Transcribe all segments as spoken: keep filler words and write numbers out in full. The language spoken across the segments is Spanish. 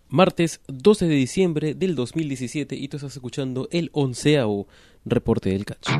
Martes doce de diciembre del dos mil diecisiete y tú estás escuchando el onceavo reporte del catch.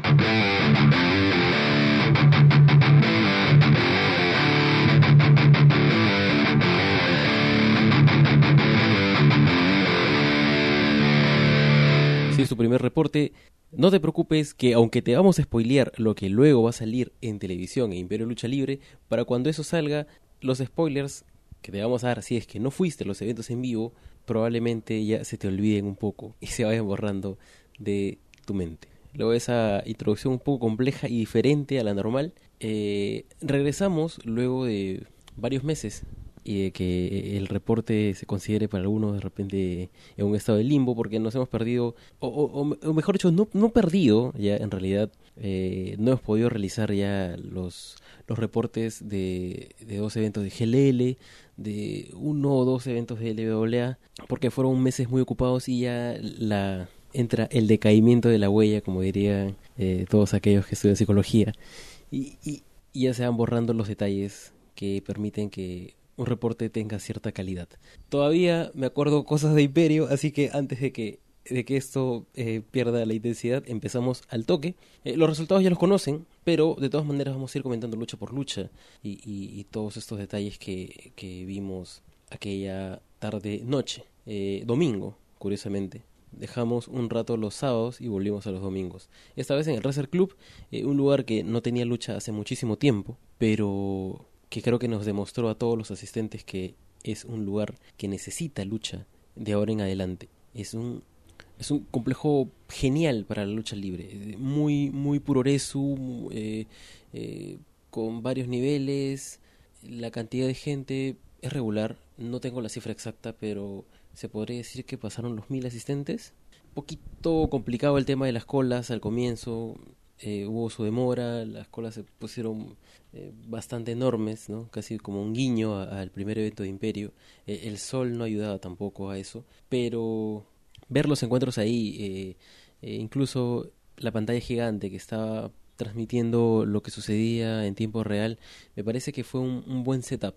Si es tu primer reporte, no te preocupes que aunque te vamos a spoilear lo que luego va a salir en televisión e Imperio Lucha Libre, para cuando eso salga, los spoilers que te vamos a dar si es que no fuiste a los eventos en vivo, probablemente ya se te olviden un poco y se vayan borrando de tu mente. Luego de esa introducción un poco compleja y diferente a la normal, eh, regresamos luego de varios meses y de que el reporte se considere para algunos de repente en un estado de limbo porque nos hemos perdido, o, o, o mejor dicho, no, no perdido, ya en realidad eh, no hemos podido realizar ya los, los reportes de, de dos eventos de G L L, de uno o dos eventos de L W A, porque fueron meses muy ocupados y ya la entra el decaimiento de la huella, como dirían eh, todos aquellos que estudian psicología, y, y, y ya se van borrando los detalles que permiten que un reporte tenga cierta calidad. Todavía me acuerdo cosas de Imperio, así que antes de que, de que esto eh, pierda la intensidad, empezamos al toque. Eh, los resultados ya los conocen, pero de todas maneras vamos a ir comentando lucha por lucha y, y, y todos estos detalles que, que vimos aquella tarde-noche. Eh, domingo, curiosamente. Dejamos un rato los sábados y volvimos a los domingos. Esta vez en el Racer Club, eh, un lugar que no tenía lucha hace muchísimo tiempo, pero que creo que nos demostró a todos los asistentes que es un lugar que necesita lucha de ahora en adelante. Es un es un complejo genial para la lucha libre, muy muy puroresu, eh, eh, con varios niveles. La cantidad de gente es regular, no tengo la cifra exacta, pero se podría decir que pasaron los mil asistentes. Un poquito complicado el tema de las colas al comienzo. Eh, hubo su demora, las colas se pusieron eh, bastante enormes, ¿no? Casi como un guiño al primer evento de Imperio. Eh, el sol no ayudaba tampoco a eso, pero ver los encuentros ahí, eh, eh, incluso la pantalla gigante que estaba transmitiendo lo que sucedía en tiempo real, me parece que fue un, un buen setup.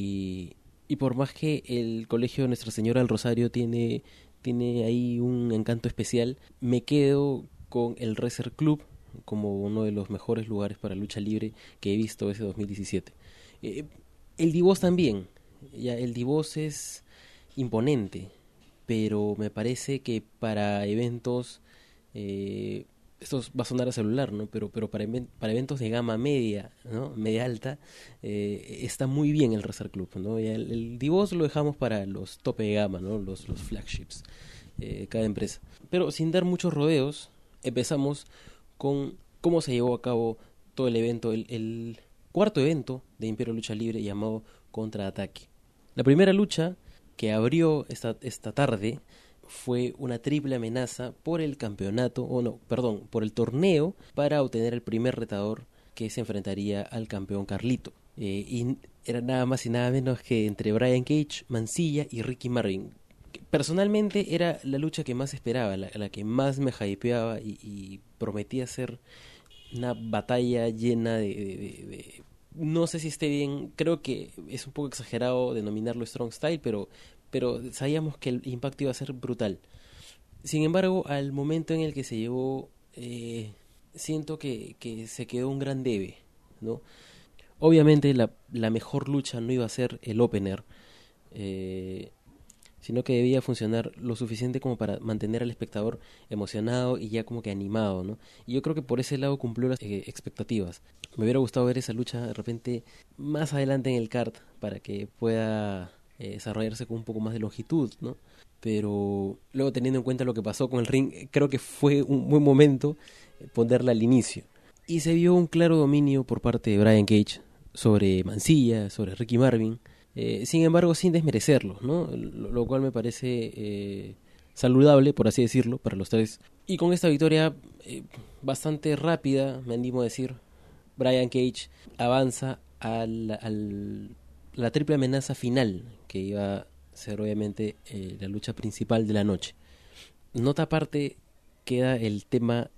Y, y por más que el colegio de Nuestra Señora del Rosario tiene, tiene ahí un encanto especial, me quedo con el Racer Club como uno de los mejores lugares para lucha libre que he visto ese dos mil diecisiete. Eh, el Divos también, ya el Divos es imponente, pero me parece que para eventos, eh, esto va a sonar a celular, ¿no? Pero, pero para, para eventos de gama media, ¿no? Media alta, eh, está muy bien el Racer Club, ¿no? Ya el, el Divos lo dejamos para los tope de gama, ¿no? Los, los flagships, eh, cada empresa. Pero sin dar muchos rodeos, empezamos con cómo se llevó a cabo todo el evento, el, el cuarto evento de Imperio Lucha Libre llamado Contraataque. La primera lucha que abrió esta, esta tarde fue una triple amenaza por el campeonato, o no, perdón, por el torneo para obtener el primer retador que se enfrentaría al campeón Carlito. Eh, y era nada más y nada menos que entre Brian Cage, Mansilla y Ricky Marvin. Personalmente era la lucha que más esperaba, la, la que más me hypeaba y, y prometía ser una batalla llena de, de, de, de... No sé si esté bien, creo que es un poco exagerado denominarlo Strong Style, pero, pero sabíamos que el impacto iba a ser brutal. Sin embargo, al momento en el que se llevó, eh, siento que, que se quedó un gran debe, ¿no? Obviamente la, la mejor lucha no iba a ser el opener, eh... sino que debía funcionar lo suficiente como para mantener al espectador emocionado y ya como que animado, ¿no? Y yo creo que por ese lado cumplió las eh, expectativas. Me hubiera gustado ver esa lucha de repente más adelante en el card para que pueda eh, desarrollarse con un poco más de longitud, ¿no? Pero luego, teniendo en cuenta lo que pasó con el ring, creo que fue un buen momento ponerla al inicio. Y se vio un claro dominio por parte de Brian Cage sobre Mansilla, sobre Ricky Marvin. Eh, sin embargo, sin desmerecerlos, ¿no? Lo, lo cual me parece eh, saludable, por así decirlo, para los tres. Y con esta victoria eh, bastante rápida, me animo a decir, Brian Cage avanza al, al la triple amenaza final, que iba a ser obviamente eh, la lucha principal de la noche. Nota aparte queda el tema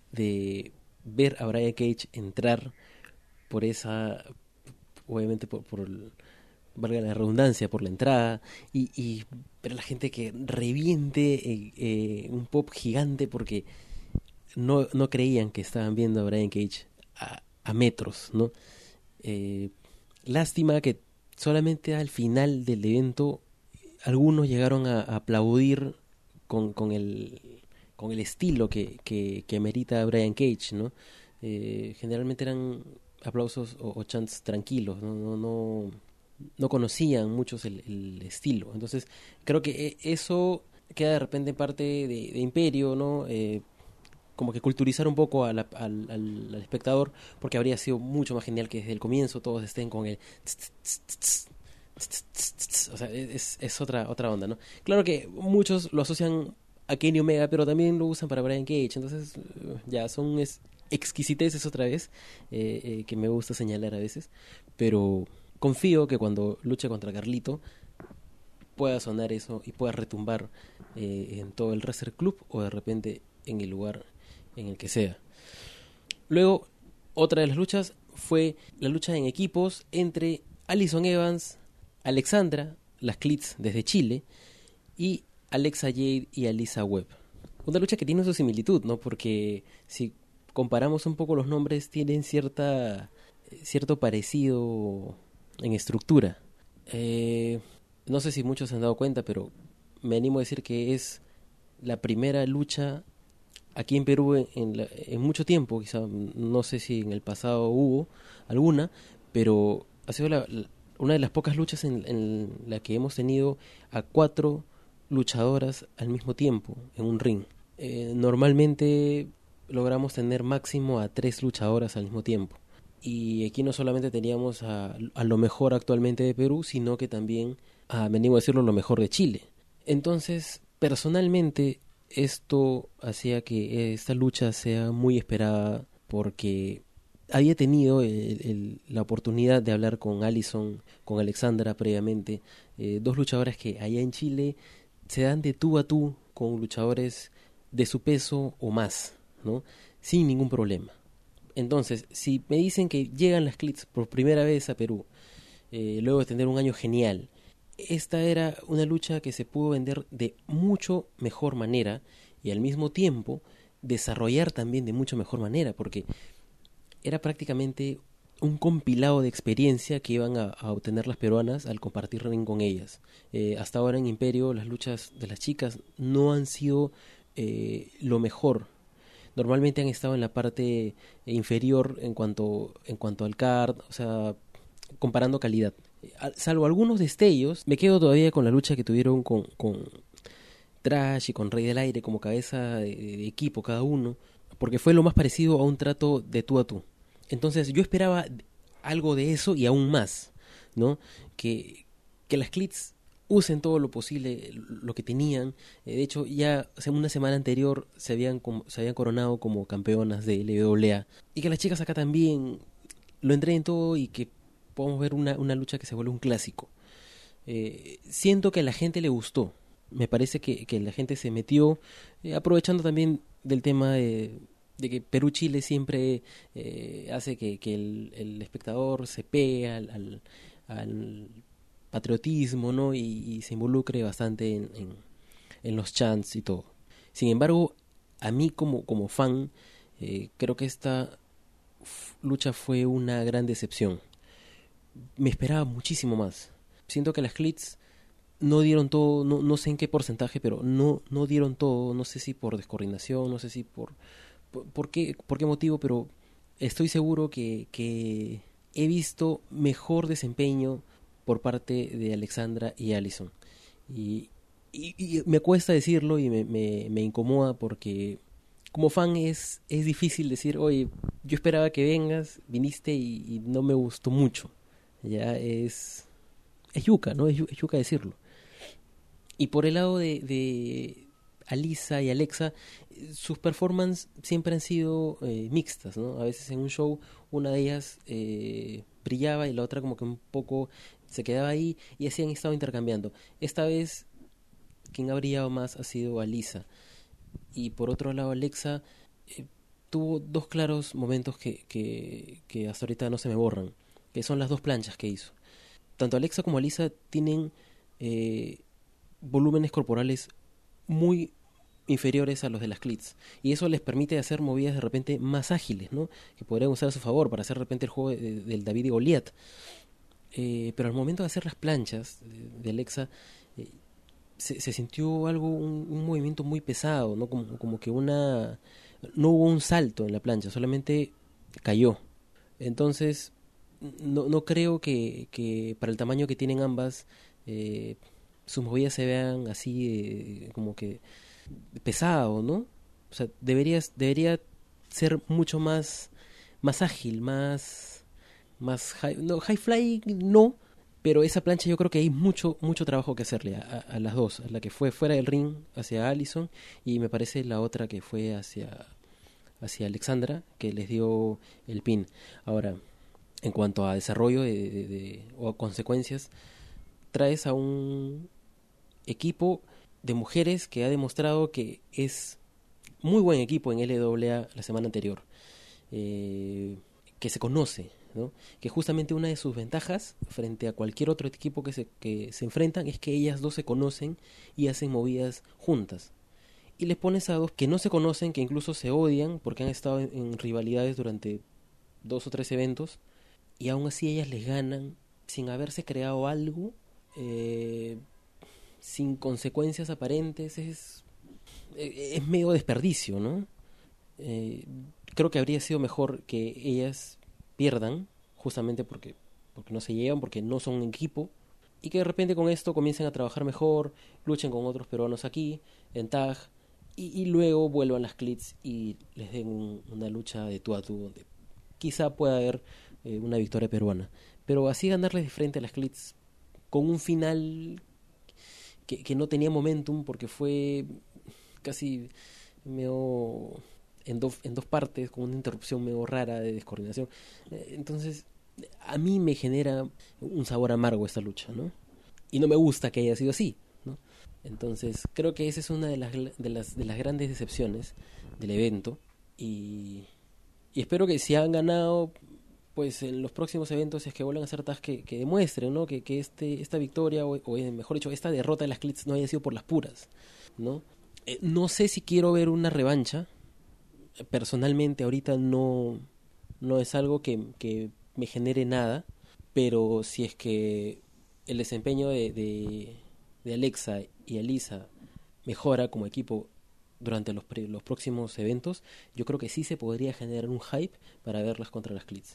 de ver a Brian Cage entrar por esa, obviamente por, por el valga la redundancia, por la entrada, y, y pero la gente que reviente eh, eh, un pop gigante porque no, no creían que estaban viendo a Brian Cage a, a metros, ¿no? Eh, lástima que solamente al final del evento algunos llegaron a, a aplaudir con, con el con el estilo que, que, que amerita Brian Cage, ¿no? Eh, generalmente eran aplausos o, o chants tranquilos, ¿no? No, no, no conocían muchos el, el estilo. Entonces, creo que eso queda de repente parte de, de Imperio, ¿no? Eh, como que culturizar un poco a la- al, al, al espectador, porque habría sido mucho más genial que desde el comienzo todos estén con el tss, tss, tss, tss, tss, tss, tss, tss. O sea, es, es otra, otra onda, ¿no? Claro que muchos lo asocian a Kenny Omega, pero también lo usan para Brian Cage, entonces eh, ya son es, exquisiteces otra vez, eh, eh, que me gusta señalar a veces, pero confío que cuando luche contra Carlito pueda sonar eso y pueda retumbar eh, en todo el Wrestler Club o de repente en el lugar en el que sea. Luego, otra de las luchas fue la lucha en equipos entre Alison Evans, Alexandra, las Clits desde Chile, y Alexa Jade y Alisa Webb. Una lucha que tiene su similitud, ¿no? Porque si comparamos un poco los nombres, tienen cierta cierto parecido en estructura. Eh, no sé si muchos se han dado cuenta, pero me animo a decir que es la primera lucha aquí en Perú en, en, la- en mucho tiempo, quizá, no sé si en el pasado hubo alguna, pero ha sido la- la- una de las pocas luchas en, en la que hemos tenido a cuatro luchadoras al mismo tiempo en un ring. Eh, normalmente logramos tener máximo a tres luchadoras al mismo tiempo. Y aquí no solamente teníamos a, a lo mejor actualmente de Perú, sino que también, a, venimos a decirlo, lo mejor de Chile. Entonces, personalmente, esto hacía que esta lucha sea muy esperada porque había tenido el- el- la oportunidad de hablar con Allison, con Alexandra previamente, eh, dos luchadoras que allá en Chile se dan de tú a tú con luchadores de su peso o más, ¿no? Sin ningún problema. Entonces, si me dicen que llegan las Clits por primera vez a Perú, eh, luego de tener un año genial, esta era una lucha que se pudo vender de mucho mejor manera y al mismo tiempo desarrollar también de mucho mejor manera, porque era prácticamente un compilado de experiencia que iban a, a obtener las peruanas al compartir ring con ellas. Eh, hasta ahora en Imperio las luchas de las chicas no han sido eh, lo mejor. Normalmente han estado en la parte inferior en cuanto en cuanto al card, o sea, comparando calidad. Eh, al- Salvo algunos destellos, me quedo todavía con la lucha que tuvieron con, con Trash y con Rey del Aire como cabeza de, de equipo cada uno, porque fue lo más parecido a un trato de tú a tú. Entonces yo esperaba algo de eso y aún más, ¿no? Que, que las Clits usen todo lo posible, lo que tenían. Eh, de hecho, ya o sea, una semana anterior se habían, como- se habían coronado como campeonas de L W A. Y que las chicas acá también lo entreguen todo y que podamos ver una, una lucha que se vuelve un clásico. Eh, siento que a la gente le gustó. Me parece que, que la gente se metió, eh, aprovechando también del tema de, de que Perú-Chile siempre eh, hace que, que el, el espectador se pegue al, al, al patriotismo, ¿no? Y, y se involucre bastante en, en, en los chants y todo. Sin embargo, a mí como, como fan, eh, creo que esta f- lucha fue una gran decepción. Me esperaba muchísimo más. Siento que las Clits no dieron todo, no, no sé en qué porcentaje, pero no, no dieron todo, no sé si por descoordinación, no sé si por, por, por qué, por qué motivo, pero estoy seguro que, que he visto mejor desempeño por parte de Alexandra y Allison. Y, y, y me cuesta decirlo y me, me, me incomoda porque como fan es, es difícil decir, oye, yo esperaba que vengas, viniste y, y no me gustó mucho. Ya es, es yuca, ¿no? Es, yu- es yuca decirlo. Y por el lado de, de Alisa y Alexa, eh, sus performances siempre han sido eh, mixtas, ¿no? A veces en un show una de ellas eh, brillaba y la otra como que un poco se quedaba ahí y así han estado intercambiando. Esta vez quien ha brillado más ha sido Alisa. Y por otro lado Alexa eh, tuvo dos claros momentos que, que, que hasta ahorita no se me borran, que son las dos planchas que hizo. tanto Alexa como Alisa tienen eh, volúmenes corporales muy inferiores a los de las clits, y eso les permite hacer movidas de repente más ágiles, ¿no? Que podrían usar a su favor para hacer de repente el juego de, del David y Goliat. Eh, pero al momento de hacer las planchas de, de Alexa, eh, se, se sintió algo, un, un movimiento muy pesado, ¿no? Como, como que una... No hubo un salto en la plancha, solamente cayó. Entonces, no, no creo que, que para el tamaño que tienen ambas, eh, sus movidas se vean así eh, como que pesado, ¿no? O sea, deberías, debería ser mucho más, más ágil, más, más high, no, high fly no, pero esa plancha yo creo que hay mucho, mucho trabajo que hacerle a, a, a las dos, a la que fue fuera del ring hacia Allison y me parece la otra que fue hacia, hacia Alexandra, que les dio el pin. Ahora, en cuanto a desarrollo de, de, de, o a consecuencias, traes a un equipo de mujeres que ha demostrado que es muy buen equipo en L W A la semana anterior, eh, que se conoce, ¿no? Que justamente una de sus ventajas frente a cualquier otro equipo que se, que se enfrentan es que ellas dos se conocen y hacen movidas juntas. Y les pones a dos que no se conocen, que incluso se odian porque han estado en, en rivalidades durante dos o tres eventos, y aún así ellas les ganan sin haberse creado algo, eh, sin consecuencias aparentes. Es, es medio desperdicio, ¿no? Eh, creo que habría sido mejor que ellas pierdan, justamente porque, porque no se llevan, porque no son un equipo, y que de repente con esto comiencen a trabajar mejor, luchen con otros peruanos aquí, en tag, y, y luego vuelvan las clits y les den un, una lucha de tú a tú, donde quizá pueda haber eh, una victoria peruana. Pero así ganarles de frente a las clits con un final que, que no tenía momentum, porque fue casi medio en, do, en dos partes, con una interrupción medio rara de descoordinación. Eh, entonces, a mí me genera un sabor amargo esta lucha, ¿no? Y no me gusta que haya sido así, ¿no? Entonces, creo que esa es una de las, de las, de las grandes decepciones del evento. Y, y espero que si han ganado, pues en los próximos eventos, si es que vuelvan a hacer tasks que, que demuestren, ¿no? Que, que este, esta victoria, o, o mejor dicho, esta derrota de las Clits no haya sido por las puras, ¿no? Eh, no sé si quiero ver una revancha. Personalmente ahorita no, no es algo que, que me genere nada, pero si es que el desempeño de, de, de Alexa y Alisa mejora como equipo durante los, pre, los próximos eventos, yo creo que sí se podría generar un hype para verlas contra las Clits.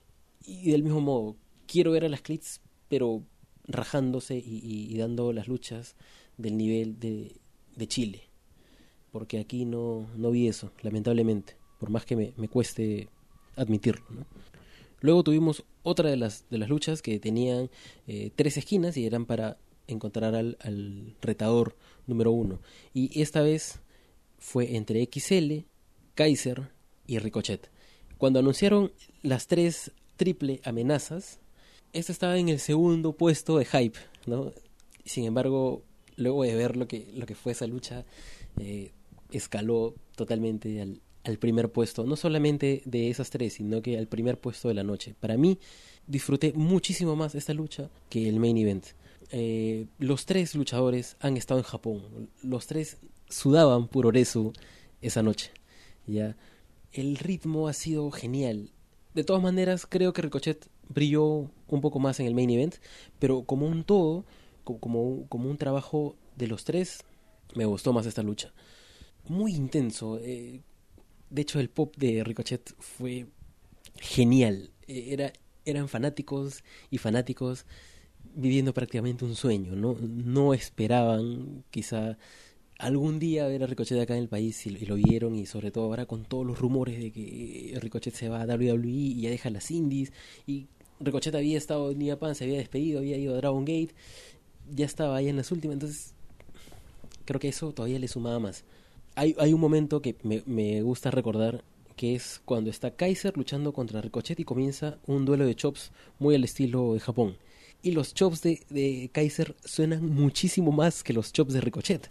Y del mismo modo, quiero ver a las Clits, pero rajándose y, y, y dando las luchas del nivel de, de Chile, porque aquí no, no vi eso, lamentablemente, por más que me, me cueste admitirlo, ¿no? Luego tuvimos otra de las, de las luchas que tenían eh, tres esquinas y eran para encontrar al, al retador número uno. Y esta vez fue entre X L, Kaiser y Ricochet. Cuando anunciaron las tres triple amenazas, esta estaba en el segundo puesto de hype, ¿no? Sin embargo, luego de ver lo que, lo que fue esa lucha, eh, escaló totalmente al, al primer puesto, no solamente de esas tres, sino que al primer puesto de la noche. Para mí, disfruté muchísimo más esta lucha que el main event. Eh, los tres luchadores han estado en Japón, los tres sudaban por Oresu esa noche, ya. El ritmo ha sido genial. De todas maneras, creo que Ricochet brilló un poco más en el main event, pero como un todo, como, como, como un trabajo de los tres, me gustó más esta lucha. Muy intenso. Eh, de hecho, el pop de Ricochet fue genial. Eh, era, eran fanáticos y fanáticos viviendo prácticamente un sueño, ¿no? No esperaban, quizá, algún día ver a Ricochet acá en el país y, y lo vieron, y sobre todo ahora con todos los rumores de que Ricochet se va a W W E y ya deja las indies, y Ricochet había estado en New Japan, se había despedido, había ido a Dragon Gate, ya estaba ahí en las últimas, entonces creo que eso todavía le sumaba más. Hay, hay un momento que me, me gusta recordar, que es cuando está Kaiser luchando contra Ricochet y comienza un duelo de chops muy al estilo de Japón. Y los chops de, de Kaiser suenan muchísimo más que los chops de Ricochet.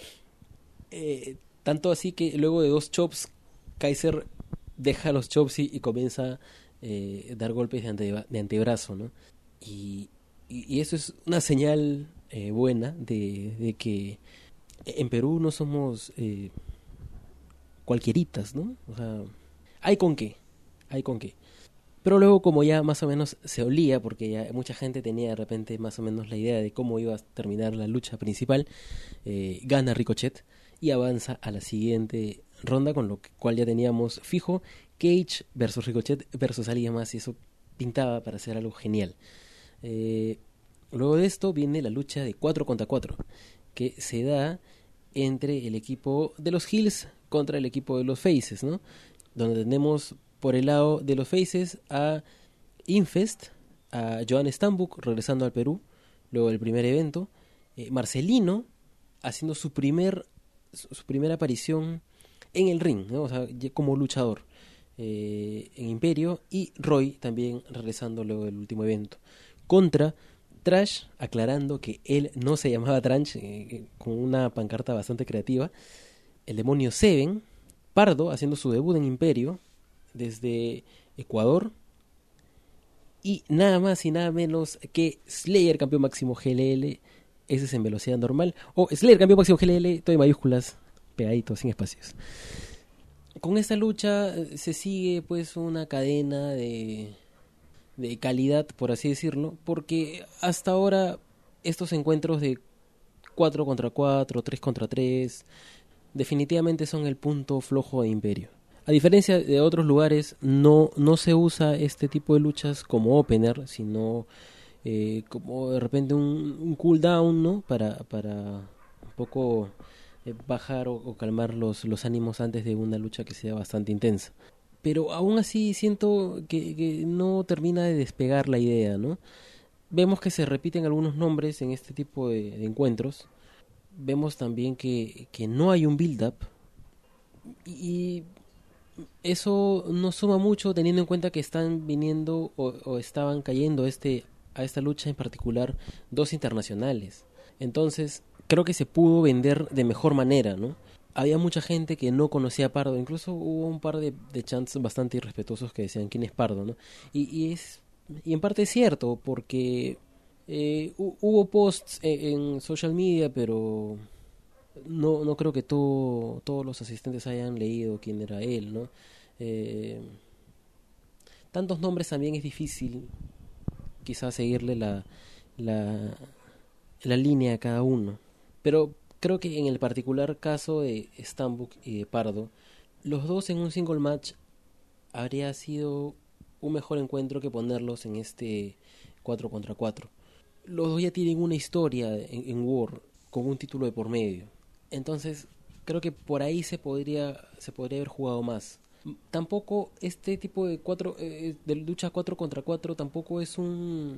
Eh, tanto así que luego de dos chops, Kaiser deja los chops y, y comienza eh, a dar golpes de, ante, de antebrazo, ¿no? Y y, y eso es una señal eh, buena de, de que en Perú no somos eh, cualquieritas, ¿no? O sea, hay con qué, hay con qué. Pero luego, como ya más o menos se olía, porque ya mucha gente tenía de repente más o menos la idea de cómo iba a terminar la lucha principal, eh, gana Ricochet y avanza a la siguiente ronda, con lo cual ya teníamos fijo Cage versus Ricochet versus alguien más, y eso pintaba para hacer algo genial. Eh, luego de esto viene la lucha de cuatro contra cuatro, que se da entre el equipo de los Heels contra el equipo de los Faces, ¿no? Donde tenemos por el lado de los Faces a Infest, a Joan Stambuk regresando al Perú luego del primer evento, eh, Marcelino haciendo su primer su, su primera aparición en el ring, ¿no? O sea, como luchador eh, en Imperio, y Roy también regresando luego del último evento contra Trash, aclarando que él no se llamaba Trash, eh, con una pancarta bastante creativa, el demonio Seven, Pardo haciendo su debut en Imperio desde Ecuador, y nada más y nada menos que Slayer, campeón máximo G L L, ese es en velocidad normal, o Slayer, campeón máximo G L L, todo en mayúsculas, pegadito, sin espacios. Con esta lucha se sigue pues una cadena de, de calidad, por así decirlo, porque hasta ahora estos encuentros de cuatro contra cuatro, tres contra tres, definitivamente son el punto flojo de Imperio. A diferencia de otros lugares, no, no se usa este tipo de luchas como opener, sino eh, como de repente un, un cooldown, ¿no? Para, para un poco eh, bajar o, o calmar los, los ánimos antes de una lucha que sea bastante intensa. Pero aún así siento que, que no termina de despegar la idea, ¿no? Vemos que se repiten algunos nombres en este tipo de, de encuentros. Vemos también que, que no hay un build-up, y eso no suma mucho teniendo en cuenta que están viniendo o, o estaban cayendo este, a esta lucha en particular dos internacionales. Entonces creo que se pudo vender de mejor manera, ¿no? Había mucha gente que no conocía a Pardo, incluso hubo un par de, de chants bastante irrespetuosos que decían quién es Pardo, ¿no? Y, y es y en parte es cierto, porque eh, hubo posts en, en social media, pero no no creo que todo, todos los asistentes hayan leído quién era él, ¿no? Eh, tantos nombres también es difícil quizás seguirle la, la, la línea a cada uno. Pero creo que en el particular caso de Stambuk y de Pardo, los dos en un single match habría sido un mejor encuentro que ponerlos en este cuatro contra cuatro. Los dos ya tienen una historia en, en War, con un título de por medio. Entonces creo que por ahí se podría se podría haber jugado más. Tampoco este tipo de cuatro eh, de lucha cuatro contra cuatro tampoco es un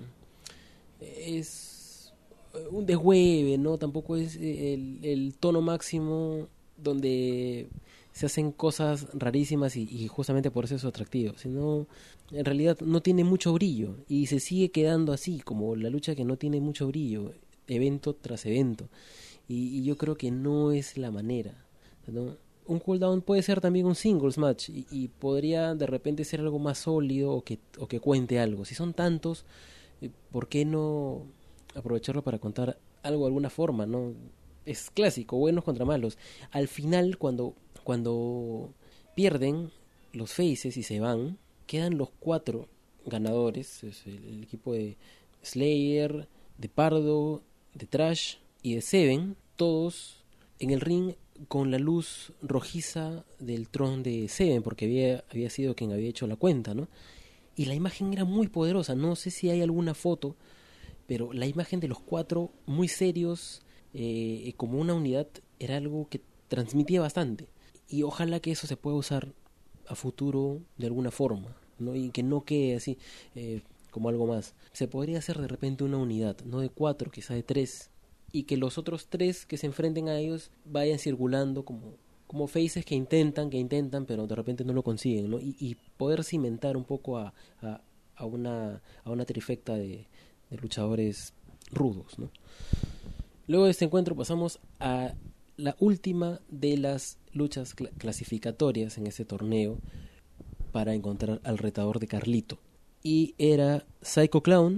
es un deshueve, ¿no? Tampoco es el, el tono máximo donde se hacen cosas rarísimas y, y justamente por eso es atractivo, sino en realidad no tiene mucho brillo y se sigue quedando así, como la lucha que no tiene mucho brillo, evento tras evento. Y, y yo creo que no es la manera, ¿no? Un cooldown puede ser también un singles match y, y podría de repente ser algo más sólido o que, o que cuente algo. Si son tantos, ¿por qué no aprovecharlo para contar algo de alguna forma, ¿no? Es clásico, buenos contra malos. Al final, cuando, cuando pierden los faces y se van, quedan los cuatro ganadores. Es el, el equipo de Slayer, de Pardo, de Trash y de Seven, todos en el ring con la luz rojiza del Tron de Seven, porque había, había sido quien había hecho la cuenta, ¿no? Y la imagen era muy poderosa, no sé si hay alguna foto, pero la imagen de los cuatro muy serios, eh, como una unidad, era algo que transmitía bastante. Y ojalá que eso se pueda usar a futuro de alguna forma, ¿no? Y que no quede así eh, como algo más. Se podría hacer de repente una unidad, no de cuatro, quizá de tres, y que los otros tres que se enfrenten a ellos vayan circulando como, como faces que intentan, que intentan, pero de repente no lo consiguen, ¿no? Y, y poder cimentar un poco a, a, a, una, a una trifecta de, de luchadores rudos, ¿no? Luego de este encuentro pasamos a la última de las luchas cl- clasificatorias en este torneo para encontrar al retador de Carlito. Y era Psycho Clown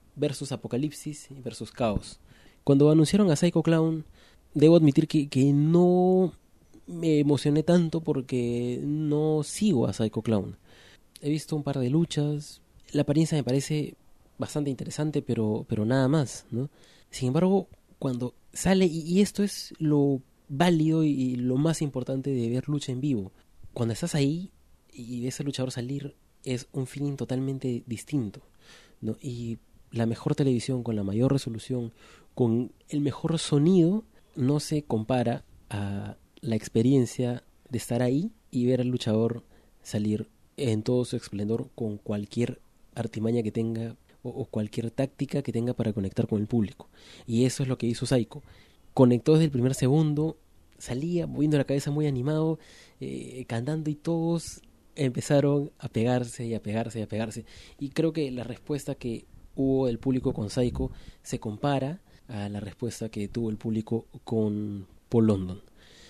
versus Apocalipsis versus Caos. Cuando anunciaron a Psycho Clown, debo admitir que, que no me emocioné tanto porque no sigo a Psycho Clown. He visto un par de luchas, la apariencia me parece bastante interesante, pero, pero nada más, ¿no? Sin embargo, cuando sale, y, y esto es lo válido y, y lo más importante de ver lucha en vivo, cuando estás ahí y ves al luchador salir, es un feeling totalmente distinto, ¿no? Y la mejor televisión, con la mayor resolución, con el mejor sonido, no se compara a la experiencia de estar ahí y ver al luchador salir en todo su esplendor con cualquier artimaña que tenga o, o cualquier táctica que tenga para conectar con el público. Y eso es lo que hizo Psycho. Conectó desde el primer segundo, salía moviendo la cabeza muy animado, eh, cantando, y todos empezaron a pegarse y a pegarse y a pegarse. Y creo que la respuesta que hubo del público con Psycho se compara a la respuesta que tuvo el público con Paul London.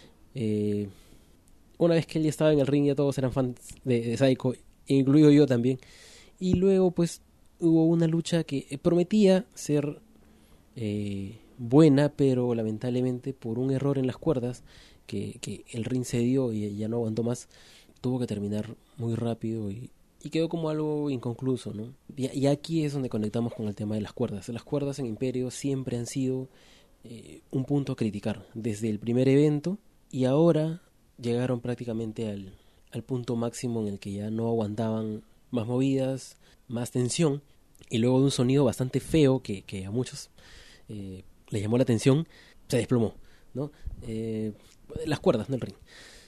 Eh, una vez que él ya estaba en el ring, ya todos eran fans de, de Psycho, incluido yo también. Y luego pues hubo una lucha que prometía ser eh, buena, pero lamentablemente por un error en las cuerdas que, que el ring se dio y ya no aguantó más, tuvo que terminar muy rápido y, y quedó como algo inconcluso, ¿no? Y, y aquí es donde conectamos con el tema de las cuerdas. Las cuerdas en Imperio siempre han sido eh, un punto a criticar desde el primer evento, y ahora llegaron prácticamente al, al punto máximo en el que ya no aguantaban más movidas, más tensión, y luego de un sonido bastante feo que, que a muchos eh, les llamó la atención, se desplomó, ¿no? Eh, las cuerdas del ring.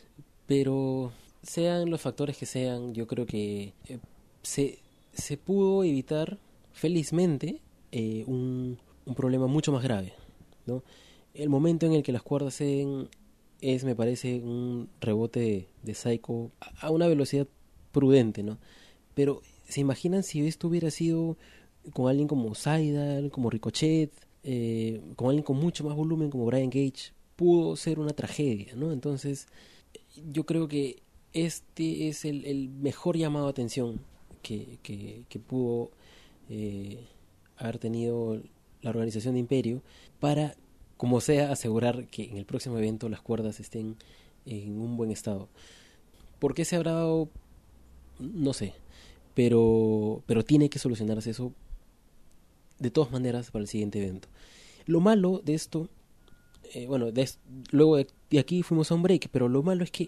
Pero sean los factores que sean, yo creo que eh, se, se pudo evitar felizmente eh, un, un problema mucho más grave, ¿no? El momento en el que las cuerdas ceden es, me parece, un rebote de, de Psycho a, a una velocidad prudente, ¿no? Pero ¿se imaginan si esto hubiera sido con alguien como Seidel, como Ricochet, eh, con alguien con mucho más volumen como Brian Cage? Pudo ser una tragedia, ¿no? Entonces yo creo que este es el, el mejor llamado de atención que, que, que pudo eh, haber tenido la organización de Imperio para, como sea, asegurar que en el próximo evento las cuerdas estén en un buen estado. ¿Por qué se habrá dado? No sé, pero, pero tiene que solucionarse eso de todas maneras para el siguiente evento. Lo malo de esto, eh, bueno, de, luego de, de aquí fuimos a un break, pero lo malo es que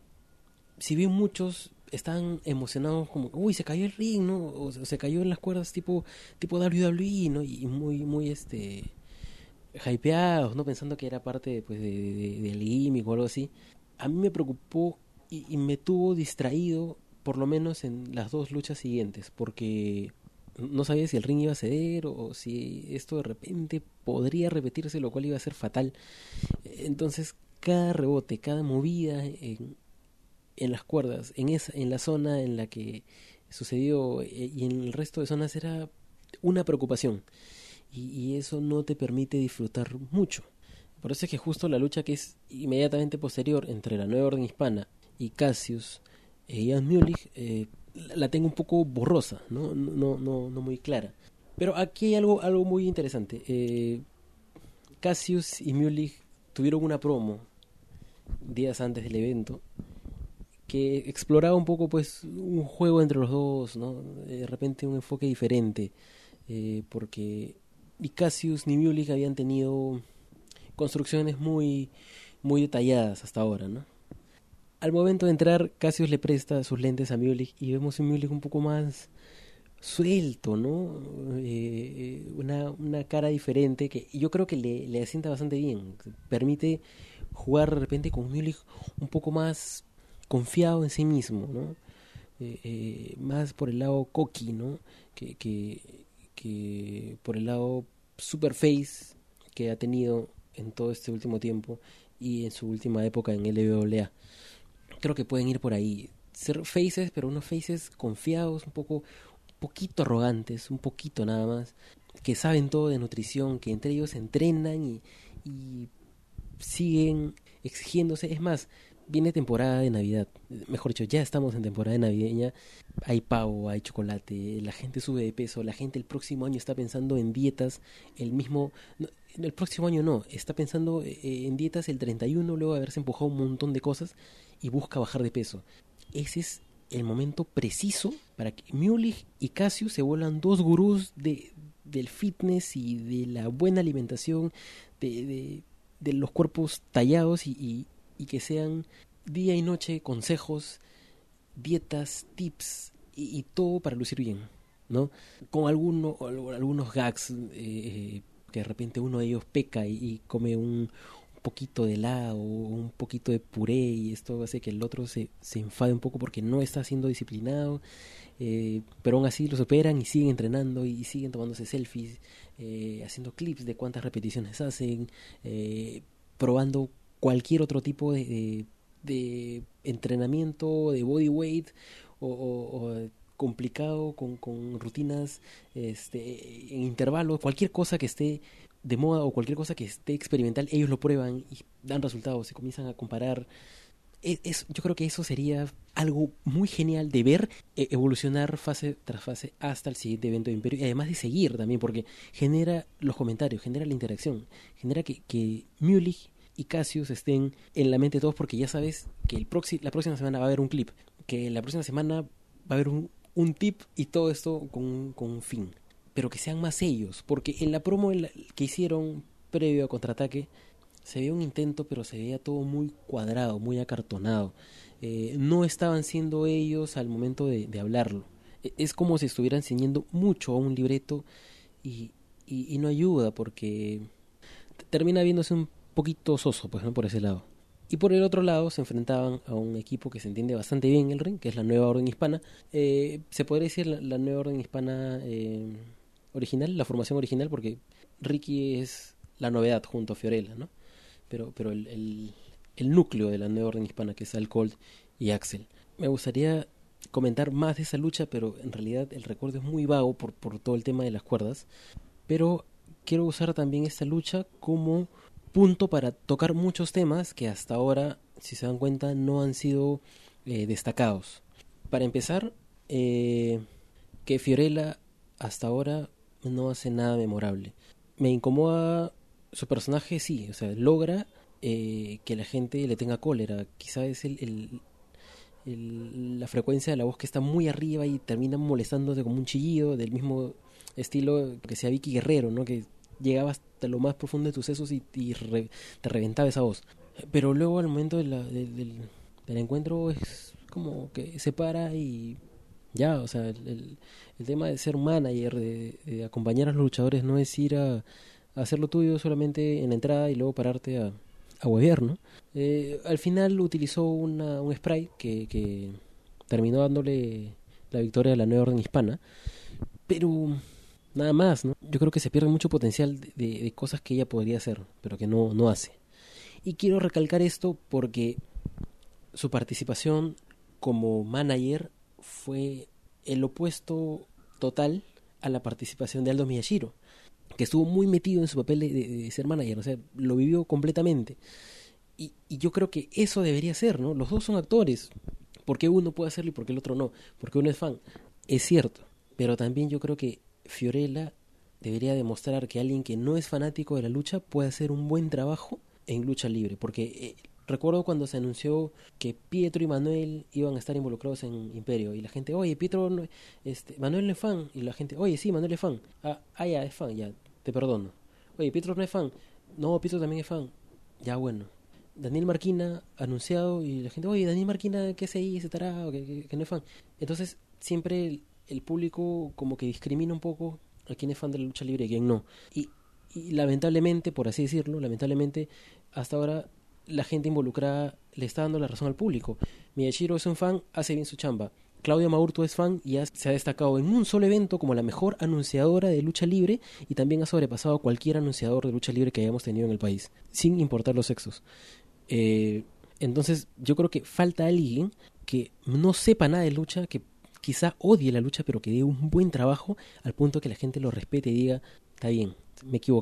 si bien muchos están emocionados como, uy, se cayó el ring, ¿no? O, o se cayó en las cuerdas tipo tipo W W E, ¿no? Y muy muy este hypeados, ¿no? Pensando que era parte pues, de, de, del gimmick o algo así. A mí me preocupó y, y me tuvo distraído por lo menos en las dos luchas siguientes, porque no sabía si el ring iba a ceder o si esto de repente podría repetirse, lo cual iba a ser fatal. Entonces cada rebote, cada movida en, en las cuerdas, en esa, en la zona en la que sucedió y en el resto de zonas era una preocupación, y, y eso no te permite disfrutar mucho. Por eso es que justo la lucha que es inmediatamente posterior entre la Nueva Orden Hispana y Cassius e Ian Mulich, eh, la tengo un poco borrosa, ¿no? No, no, no muy clara. Pero aquí hay algo, algo muy interesante. Eh, Cassius y Mulich tuvieron una promo días antes del evento que exploraba un poco pues un juego entre los dos, ¿no? De repente un enfoque diferente, eh, porque ni Cassius ni Mulich habían tenido construcciones muy muy detalladas hasta ahora, ¿no? Al momento de entrar, Cassius le presta sus lentes a Mulich y vemos un Mulich un poco más suelto, ¿no? Eh, una, una cara diferente que yo creo que le, le asienta bastante bien. Permite jugar de repente con Mulich un poco más confiado en sí mismo, ¿no? Eh, eh, más por el lado cocky, ¿no? Que, que, que por el lado super face que ha tenido en todo este último tiempo y en su última época en L W A. Creo que pueden ir por ahí, ser faces, pero unos faces confiados, un poco, un poquito arrogantes, un poquito nada más, que saben todo de nutrición, que entre ellos entrenan y, y siguen exigiéndose. Es más, viene temporada de Navidad, mejor dicho, ya estamos en temporada navideña, hay pavo, hay chocolate, la gente sube de peso, la gente el próximo año está pensando en dietas, el mismo, no, el próximo año no, está pensando eh, en dietas el treinta y uno luego de haberse empujado un montón de cosas y busca bajar de peso. Ese es el momento preciso para que Mulich y Cassius se vuelvan dos gurús de, del fitness y de la buena alimentación, de, de, de los cuerpos tallados y, y, y que sean día y noche consejos, dietas, tips y, y todo para lucir bien, ¿no? Con alguno, algunos gags eh, que de repente uno de ellos peca y, y come un poquito de helado, un poquito de puré y esto hace que el otro se, se enfade un poco porque no está siendo disciplinado, eh, pero aún así lo superan y siguen entrenando y siguen tomándose selfies, eh, haciendo clips de cuántas repeticiones hacen, eh, probando cualquier otro tipo de, de, de entrenamiento, de body weight o, o, o complicado con, con rutinas este, en intervalos, cualquier cosa que esté de moda o cualquier cosa que esté experimental, ellos lo prueban y dan resultados, se comienzan a comparar. Es, es, yo creo que eso sería algo muy genial de ver eh, evolucionar fase tras fase hasta el siguiente evento de Imperio y además de seguir también porque genera los comentarios, genera la interacción, genera que, que Mulich y Cassius estén en la mente de todos porque ya sabes que el proxi- la próxima semana va a haber un clip, que la próxima semana va a haber un, un tip y todo esto con, con un fin. Pero que sean más ellos, porque en la promo en la, que hicieron previo a Contraataque se veía un intento, pero se veía todo muy cuadrado, muy acartonado. Eh, no estaban siendo ellos al momento de, de hablarlo. Es como si estuvieran ciñendo mucho a un libreto y, y, y no ayuda, porque termina viéndose un poquito soso, pues, ¿no? Por ese lado. Y por el otro lado se enfrentaban a un equipo que se entiende bastante bien en el ring, que es la Nueva Orden Hispana. Eh, se podría decir la, la Nueva Orden Hispana eh, original, la formación original, porque Ricky es la novedad junto a Fiorella, ¿no? Pero, pero el, el, el núcleo de la Nueva Orden Hispana, que es Al Colt y Axel. Me gustaría comentar más de esa lucha, pero en realidad el recuerdo es muy vago por, por todo el tema de las cuerdas. Pero quiero usar también esta lucha como punto para tocar muchos temas que hasta ahora, si se dan cuenta, no han sido eh, destacados. Para empezar, eh, que Fiorella hasta ahora no hace nada memorable. Me incomoda su personaje, sí, o sea, logra eh, que la gente le tenga cólera. Quizá es el, el, el, la frecuencia de la voz que está muy arriba y termina molestándote como un chillido, del mismo estilo que sea Vicky Guerrero, ¿no? Que llegaba hasta lo más profundo de tus sesos y, y re, te reventaba esa voz. Pero luego al momento de la, de, del, del encuentro es como que se para y ya, o sea, el, el, el tema de ser manager, de, de acompañar a los luchadores no es ir a, a hacer lo tuyo solamente en la entrada y luego pararte a, a huevear, ¿no? Eh, al final utilizó una, un spray que, que terminó dándole la victoria a la Nueva Orden Hispana, pero nada más, ¿no? Yo creo que se pierde mucho potencial de, de, de cosas que ella podría hacer, pero que no, no hace. Y quiero recalcar esto porque su participación como manager fue el opuesto total a la participación de Aldo Miyashiro, que estuvo muy metido en su papel de, de, de ser manager, o sea, lo vivió completamente. Y, y yo creo que eso debería ser, ¿no? Los dos son actores. ¿Por qué uno puede hacerlo y por qué el otro no? Porque uno es fan. Es cierto. Pero también yo creo que Fiorella debería demostrar que alguien que no es fanático de la lucha puede hacer un buen trabajo en lucha libre. Porque eh, recuerdo cuando se anunció que Pietro y Manuel iban a estar involucrados en Imperio. Y la gente, oye, Pietro, no, este, Manuel no es fan. Y la gente, oye, sí, Manuel es fan. Ah, ah, ya, es fan, ya, te perdono. Oye, Pietro no es fan. No, Pietro también es fan. Ya, bueno. Daniel Marquina anunciado y la gente, oye, Daniel Marquina, ¿qué hace ahí? ¿Ese tarado? Que, que, que no es fan. Entonces, siempre el, el público como que discrimina un poco a quién es fan de la lucha libre y a quién no. Y, y lamentablemente, por así decirlo, lamentablemente, hasta ahora la gente involucrada le está dando la razón al público. Miyashiro es un fan, hace bien su chamba. Claudia Maurto es fan y ha, se ha destacado en un solo evento como la mejor anunciadora de lucha libre y también ha sobrepasado a cualquier anunciador de lucha libre que hayamos tenido en el país, sin importar los sexos. Eh, entonces yo creo que falta alguien que no sepa nada de lucha, que quizá odie la lucha, pero que dé un buen trabajo al punto que la gente lo respete y diga, está bien, me he equivocado,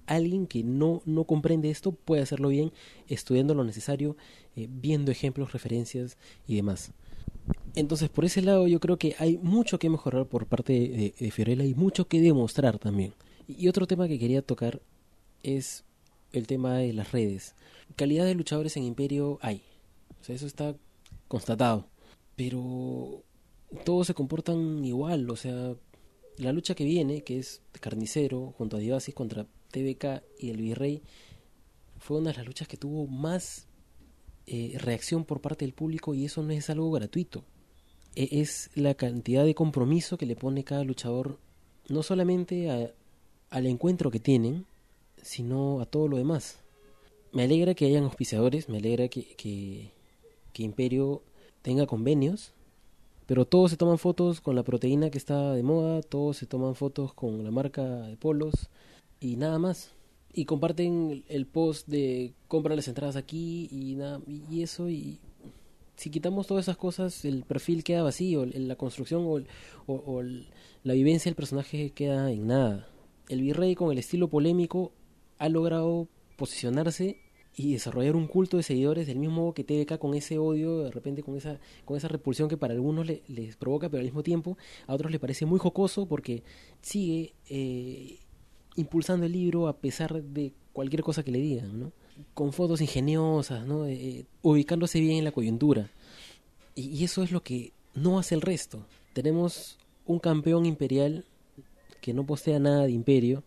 alguien que no, no comprende esto puede hacerlo bien, estudiando lo necesario, eh, viendo ejemplos, referencias y demás. Entonces, por ese lado, yo creo que hay mucho que mejorar por parte de, de Fiorella y mucho que demostrar también. Y otro tema que quería tocar es el tema de las redes. Calidad de luchadores en Imperio hay, o sea, eso está constatado, pero todos se comportan igual. O sea, la lucha que viene, que es Carnicero junto a Divasis contra T V K y el Virrey, fue una de las luchas que tuvo más eh, reacción por parte del público, y eso no es algo gratuito. E- es la cantidad de compromiso que le pone cada luchador, no solamente a, al encuentro que tienen, sino a todo lo demás. Me alegra que hayan auspiciadores, me alegra que, que, que Imperio tenga convenios, pero todos se toman fotos con la proteína que está de moda, todos se toman fotos con la marca de polos y nada más. Y comparten el post de compra las entradas aquí y nada, y eso. Y si quitamos todas esas cosas, el perfil queda vacío, el- la construcción o, el- o, o el- la vivencia del personaje queda en nada. El Virrey, con el estilo polémico, ha logrado posicionarse y desarrollar un culto de seguidores, del mismo modo que T V K, con ese odio, de repente con esa con esa repulsión que para algunos le- les provoca, pero al mismo tiempo a otros les parece muy jocoso porque sigue eh, impulsando el libro a pesar de cualquier cosa que le digan, ¿no? Con fotos ingeniosas, ¿no? Eh, ubicándose bien en la coyuntura. Y, y eso es lo que no hace el resto. Tenemos un campeón imperial que no postea nada de imperio,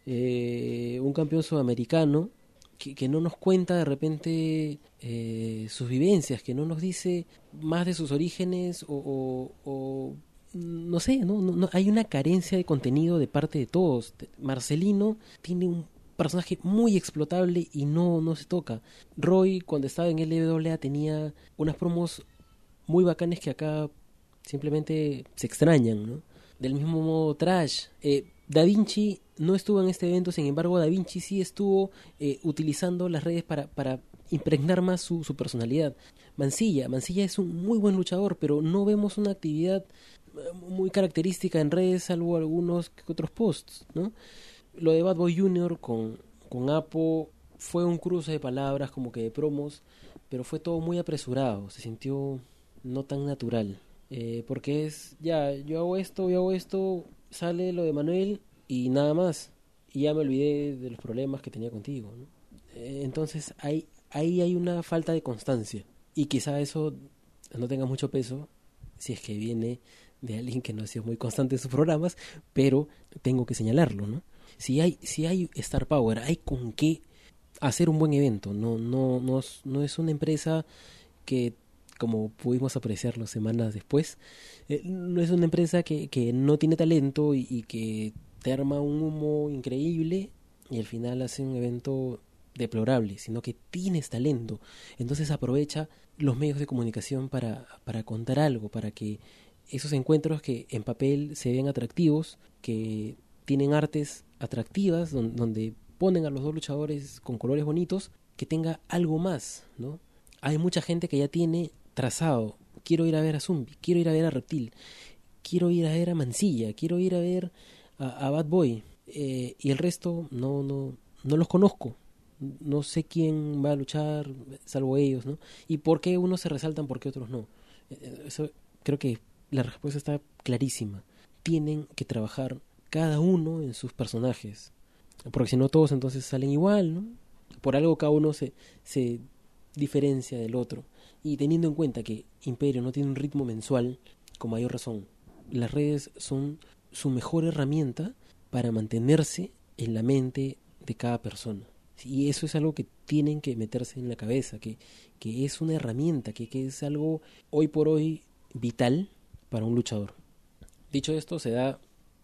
eh, un campeón sudamericano que, que no nos cuenta de repente eh, sus vivencias, que no nos dice más de sus orígenes, o, o, o no sé, ¿no? No, no, hay una carencia de contenido de parte de todos. Marcelino tiene un personaje muy explotable y no, no se toca. Roy, cuando estaba en L W A, tenía unas promos muy bacanes que acá simplemente se extrañan, ¿no? Del mismo modo, Trash. Eh, Da Vinci no estuvo en este evento, sin embargo, Da Vinci sí estuvo eh, utilizando las redes para, para impregnar más su, su personalidad. Mancilla, Mancilla es un muy buen luchador, pero no vemos una actividad eh, muy característica en redes, salvo algunos que otros posts, ¿no? Lo de Bad Boy Junior con, con Apo fue un cruce de palabras, como que de promos, pero fue todo muy apresurado, se sintió no tan natural. Eh, porque es, ya, yo hago esto, yo hago esto, sale lo de Manuel y nada más. Y ya me olvidé de los problemas que tenía contigo, ¿no? Eh, entonces ahí, ahí hay una falta de constancia. Y quizá eso no tenga mucho peso si es que viene de alguien que no ha sido muy constante en sus programas, pero tengo que señalarlo, ¿no? Si hay, si hay Star Power, hay con qué hacer un buen evento. No, no, no, es- no es una empresa que, como pudimos apreciarlo semanas después, eh, no es una empresa que, que no tiene talento y, y que te arma un humo increíble y al final hace un evento deplorable, sino que tienes talento. Entonces aprovecha los medios de comunicación para, para contar algo, para que esos encuentros que en papel se ven atractivos, que tienen artes atractivas, don- donde ponen a los dos luchadores con colores bonitos, que tenga algo más, ¿no? Hay mucha gente que ya tiene trazado: quiero ir a ver a Zumbi, quiero ir a ver a Reptil, quiero ir a ver a Mansilla, quiero ir a ver a, a Bad Boy, eh, y el resto no, no, no los conozco. No sé quién va a luchar, salvo ellos, ¿no? Y por qué unos se resaltan, por qué otros no. Eh, Eso, creo que la respuesta está clarísima. Tienen que trabajar cada uno en sus personajes, porque si no todos entonces salen igual, ¿no? Por algo cada uno se, se diferencia del otro. Y teniendo en cuenta que Imperio no tiene un ritmo mensual, con mayor razón, las redes son su mejor herramienta para mantenerse en la mente de cada persona. Y eso es algo que tienen que meterse en la cabeza, que, que es una herramienta, que, que es algo hoy por hoy vital para un luchador. Dicho esto, se da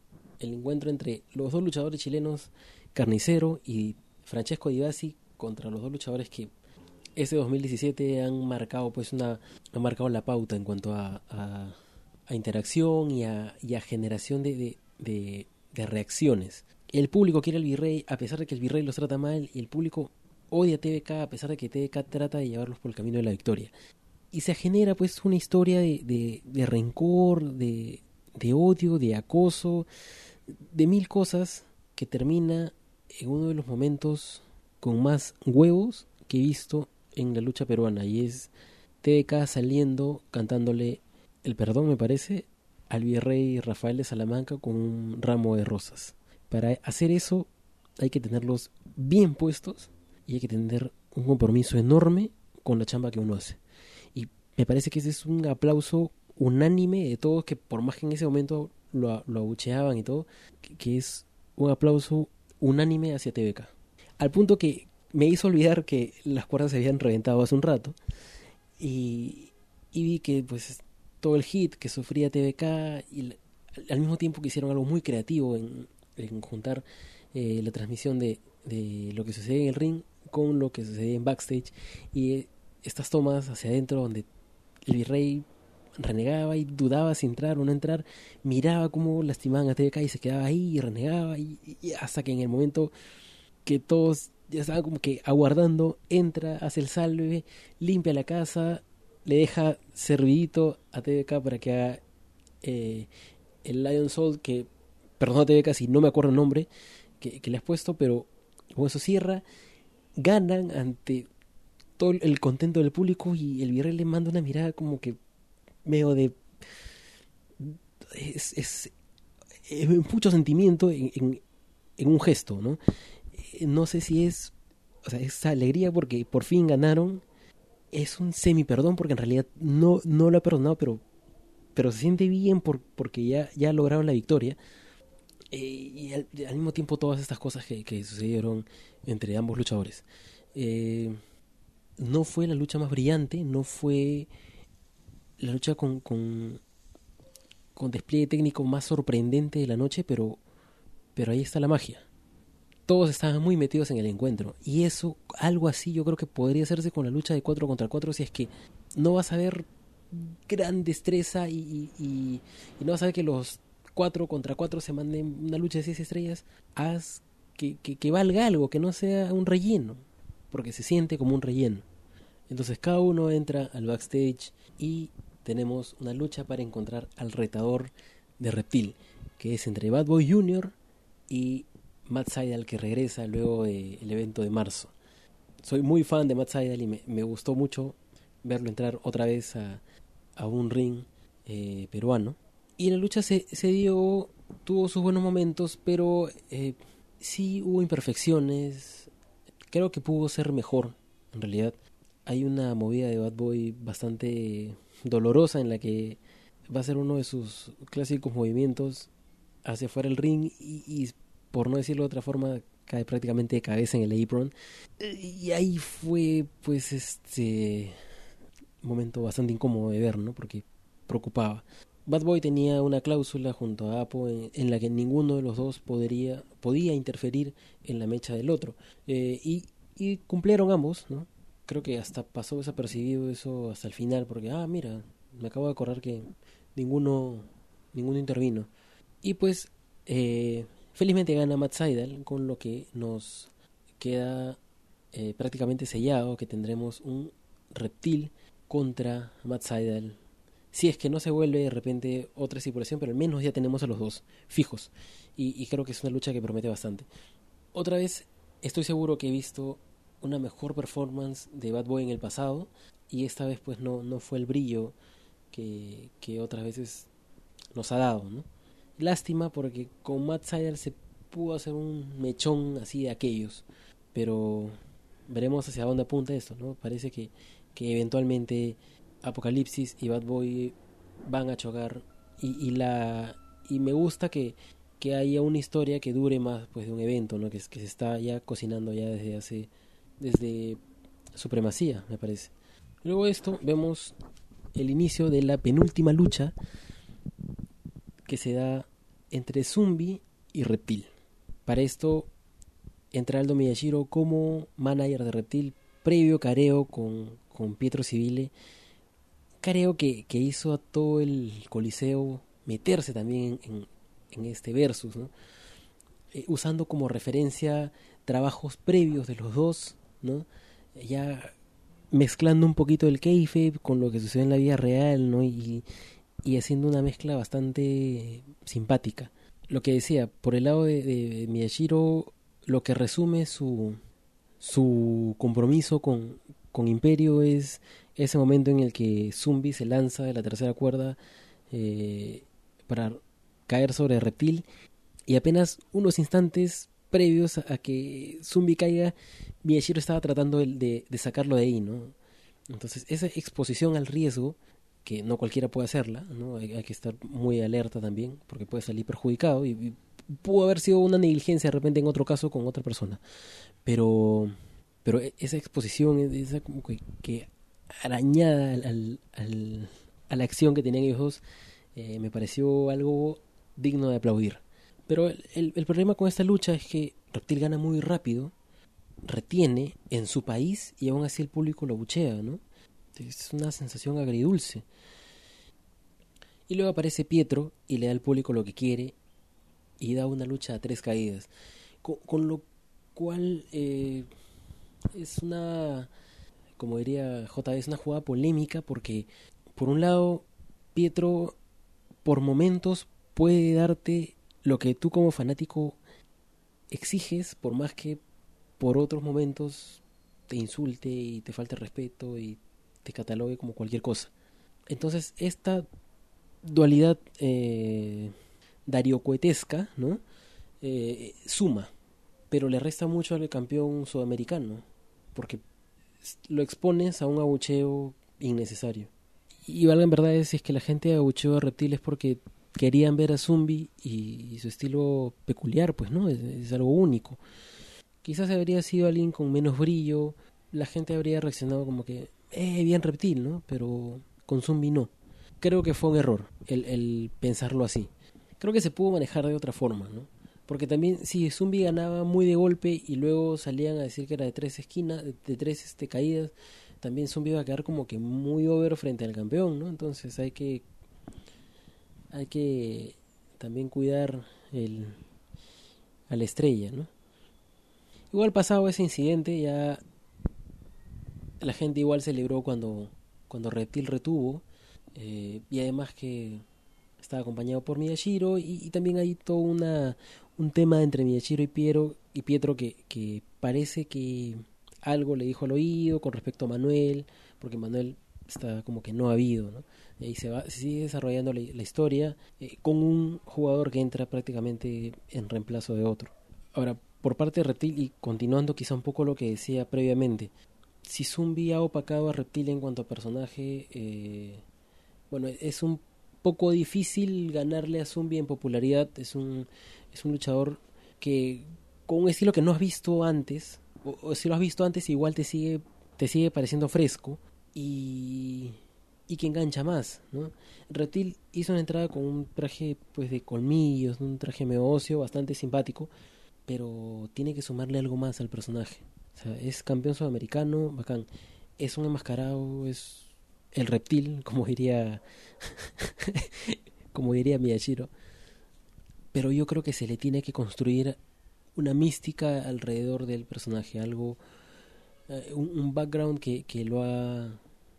el encuentro entre los dos luchadores chilenos, Carnicero y Francesco Di Basi, contra los dos luchadores que este dos mil diecisiete han marcado pues una han marcado la pauta en cuanto a, a, a interacción y a, y a generación de, de, de, de reacciones. El público quiere al Virrey a pesar de que el Virrey los trata mal, y el público odia a T V K a pesar de que T V K trata de llevarlos por el camino de la victoria. Y se genera pues una historia de, de, de rencor, de, de odio, de acoso, de mil cosas, que termina en uno de los momentos con más huevos que he visto en la lucha peruana, y es T V K saliendo cantándole el perdón, me parece, al virrey Rafael de Salamanca con un ramo de rosas. Para hacer eso hay que tenerlos bien puestos y hay que tener un compromiso enorme con la chamba que uno hace. Y me parece que ese es un aplauso unánime de todos, que por más que en ese momento lo, lo abucheaban y todo, que, que es un aplauso unánime hacia T V K. Al punto que me hizo olvidar que las cuerdas se habían reventado hace un rato y, y vi que pues todo el hit que sufría T V K y al mismo tiempo que hicieron algo muy creativo en, en juntar eh, la transmisión de, de lo que sucede en el ring con lo que sucede en backstage, y eh, estas tomas hacia adentro donde el virrey renegaba y dudaba si entrar o no entrar, miraba cómo lastimaban a T V K y se quedaba ahí y renegaba y, y hasta que en el momento que todos ya estaban como que aguardando, entra, hace el salve, limpia la casa, le deja servidito a T V K para que haga eh, el Lion Soul, que, perdón a T V K si no me acuerdo el nombre que, que le has puesto, pero con eso cierra, ganan ante todo el contento del público y el virrey le manda una mirada como que medio de... es, es, es mucho sentimiento en, en, en un gesto, ¿no? No sé si es, o sea, esa alegría porque por fin ganaron, es un semi perdón porque en realidad no, no lo ha perdonado, pero, pero se siente bien por, porque ya, ya lograron la victoria. Eh, y al, al mismo tiempo todas estas cosas que, que sucedieron entre ambos luchadores. Eh, no fue la lucha más brillante, no fue la lucha con, con, con despliegue técnico más sorprendente de la noche, pero, pero ahí está la magia. Todos estaban muy metidos en el encuentro, y eso, algo así yo creo que podría hacerse con la lucha de cuatro contra cuatro, si es que no vas a ver gran destreza y, y, y, y no vas a ver que los cuatro contra cuatro se manden una lucha de seis estrellas. Haz que, que, que valga algo, que no sea un relleno, porque se siente como un relleno. Entonces cada uno entra al backstage y tenemos una lucha para encontrar al retador de Reptil, que es entre Bad Boy junior y Matt Sydal, que regresa luego del evento de marzo. Soy muy fan de Matt Sydal y me, me gustó mucho verlo entrar otra vez a, a un ring eh, peruano. Y la lucha se, se dio, tuvo sus buenos momentos, pero eh, sí hubo imperfecciones. Creo que pudo ser mejor, en realidad. Hay una movida de Bad Boy bastante dolorosa en la que va a ser uno de sus clásicos movimientos hacia fuera del ring y, y por no decirlo de otra forma, cae prácticamente de cabeza en el apron. Y ahí fue, pues, este momento bastante incómodo de ver, ¿no? Porque preocupaba. Bad Boy tenía una cláusula junto a Apo en, en la que ninguno de los dos podría, podía interferir en la mecha del otro. Eh, y, y cumplieron ambos, ¿no? Creo que hasta pasó desapercibido eso hasta el final, porque, ah, mira, me acabo de acordar que ninguno, ninguno intervino. Y pues, eh, felizmente gana Matt Sydal, con lo que nos queda eh, prácticamente sellado que tendremos un Reptil contra Matt Sydal. Si es que no se vuelve de repente otra estipulación, pero al menos ya tenemos a los dos fijos. Y, y creo que es una lucha que promete bastante. Otra vez, estoy seguro que he visto una mejor performance de Bad Boy en el pasado, y esta vez pues no, no fue el brillo que, que otras veces nos ha dado, ¿no? Lástima porque con Matt Sydal se pudo hacer un mechón así de aquellos, pero veremos hacia dónde apunta esto, ¿no? Parece que, que eventualmente Apocalipsis y Bad Boy van a chocar, y, y la y me gusta que, que haya una historia que dure más pues de un evento, ¿no? Que, que se está ya cocinando ya desde hace desde Supremacía, me parece. Luego de esto vemos el inicio de la penúltima lucha que se da entre Zumbi y Reptil. Para esto entra Aldo Miyashiro como manager de Reptil, previo careo con, con Pietro Civile. Careo que, que hizo a todo el coliseo meterse también en, en, en este versus, ¿no? Eh, usando como referencia trabajos previos de los dos, ¿no? Ya mezclando un poquito el kayfabe con lo que sucede en la vida real, ¿no? Y, y haciendo una mezcla bastante simpática. Lo que decía, por el lado de, de Miyashiro, lo que resume su, su compromiso con, con Imperio es ese momento en el que Zumbi se lanza de la tercera cuerda eh, para caer sobre Reptil, y apenas unos instantes previos a, a que Zumbi caiga, Miyashiro estaba tratando de, de, de sacarlo de ahí, ¿no? Entonces esa exposición al riesgo, que no cualquiera puede hacerla, ¿no? Hay, hay que estar muy alerta también, porque puede salir perjudicado, y, y pudo haber sido una negligencia de repente en otro caso con otra persona, pero pero esa exposición, esa como que, que arañada al, al, al, a la acción que tenían ellos dos, eh, me pareció algo digno de aplaudir. Pero el, el, el problema con esta lucha es que Reptil gana muy rápido, retiene en su país, y aún así el público lo abuchea, ¿no? Es una sensación agridulce. Y luego aparece Pietro y le da al público lo que quiere, y da una lucha a tres caídas, con, con lo cual eh, es una, como diría J B, es una jugada polémica, porque por un lado Pietro por momentos puede darte lo que tú como fanático exiges, por más que por otros momentos te insulte y te falte respeto y te catalogue como cualquier cosa. Entonces esta dualidad eh, dariocoetesca, ¿no? Eh, suma, pero le resta mucho al campeón sudamericano, porque lo expones a un abucheo innecesario. Y valga en verdad, si es que la gente abucheó a Reptil es porque querían ver a Zumbi y, y su estilo peculiar, pues, ¿no? Es, es algo único. Quizás habría sido alguien con menos brillo, la gente habría reaccionado como que, eh, bien Reptil, ¿no? Pero con Zumbi no. Creo que fue un error el, el pensarlo así. Creo que se pudo manejar de otra forma, ¿no? Porque también, si Zumbi ganaba muy de golpe y luego salían a decir que era de tres esquinas, de, de tres este, caídas, también Zumbi iba a quedar como que muy over frente al campeón, ¿no? Entonces hay que hay que también cuidar el a la estrella, ¿no? Igual pasado ese incidente, ya la gente igual celebró cuando cuando Reptil retuvo, eh, y además que estaba acompañado por Miyashiro, y, y también hay todo una un tema entre Miyashiro y Piero y Pietro que, que parece que algo le dijo al oído con respecto a Manuel, porque Manuel está como que no ha habido, ¿no? Y ahí se va, se sigue desarrollando la, la historia, eh, con un jugador que entra prácticamente en reemplazo de otro. Ahora, por parte de Reptil, y continuando quizá un poco lo que decía previamente, si Zumbi ha opacado a Reptil en cuanto a personaje, eh, bueno, es un poco difícil ganarle a Zumbi en popularidad. Es un, es un luchador que con un estilo que no has visto antes, o, o si lo has visto antes igual te sigue te sigue pareciendo fresco, y y que engancha más, ¿no? Reptil hizo una entrada con un traje pues de colmillos, un traje medio óseo, bastante simpático, pero tiene que sumarle algo más al personaje. O sea, es campeón sudamericano, bacán. Es un enmascarado, es el Reptil, como diría como diría Miyashiro, pero yo creo que se le tiene que construir una mística alrededor del personaje, algo, eh, un, un background que, que lo haga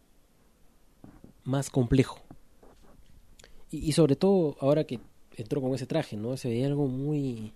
más complejo, y, y sobre todo ahora que entró con ese traje, ¿no? Se veía algo muy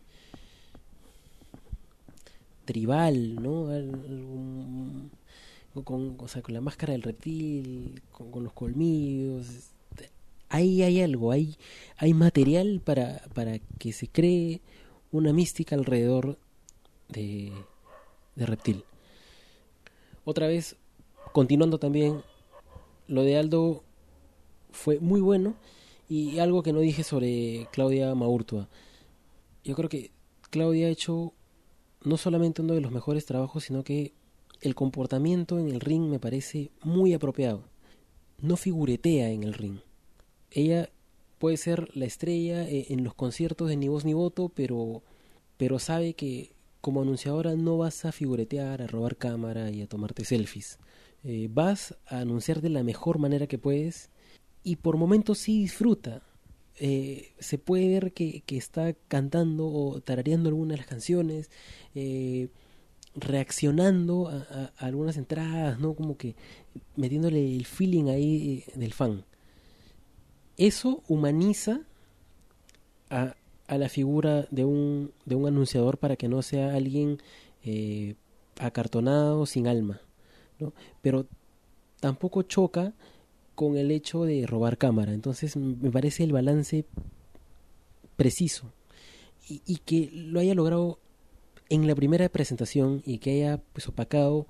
tribal, ¿no? Algo, con, o sea, con la máscara del reptil, con, con los colmillos. Ahí hay algo, hay, hay material para, para que se cree una mística alrededor de, de Reptil. Otra vez, continuando también, lo de Aldo fue muy bueno, y algo que no dije sobre Claudia Maurtua. Yo creo que Claudia ha hecho no solamente uno de los mejores trabajos, sino que el comportamiento en el ring me parece muy apropiado. No figuretea en el ring. Ella puede ser la estrella en los conciertos de Ni Voz Ni Voto, pero, pero sabe que como anunciadora no vas a figuretear, a robar cámara y a tomarte selfies. Eh, vas a anunciar de la mejor manera que puedes, y por momentos sí disfruta. Eh, se puede ver que, que está cantando o tarareando algunas de las canciones, eh, reaccionando a, a, a algunas entradas, ¿no? Como que metiéndole el feeling ahí del fan. Eso humaniza a a la figura de un, de un anunciador para que no sea alguien eh, acartonado, sin alma, ¿no? Pero tampoco choca con el hecho de robar cámara. Entonces me parece el balance preciso y, y que lo haya logrado en la primera presentación y que haya pues opacado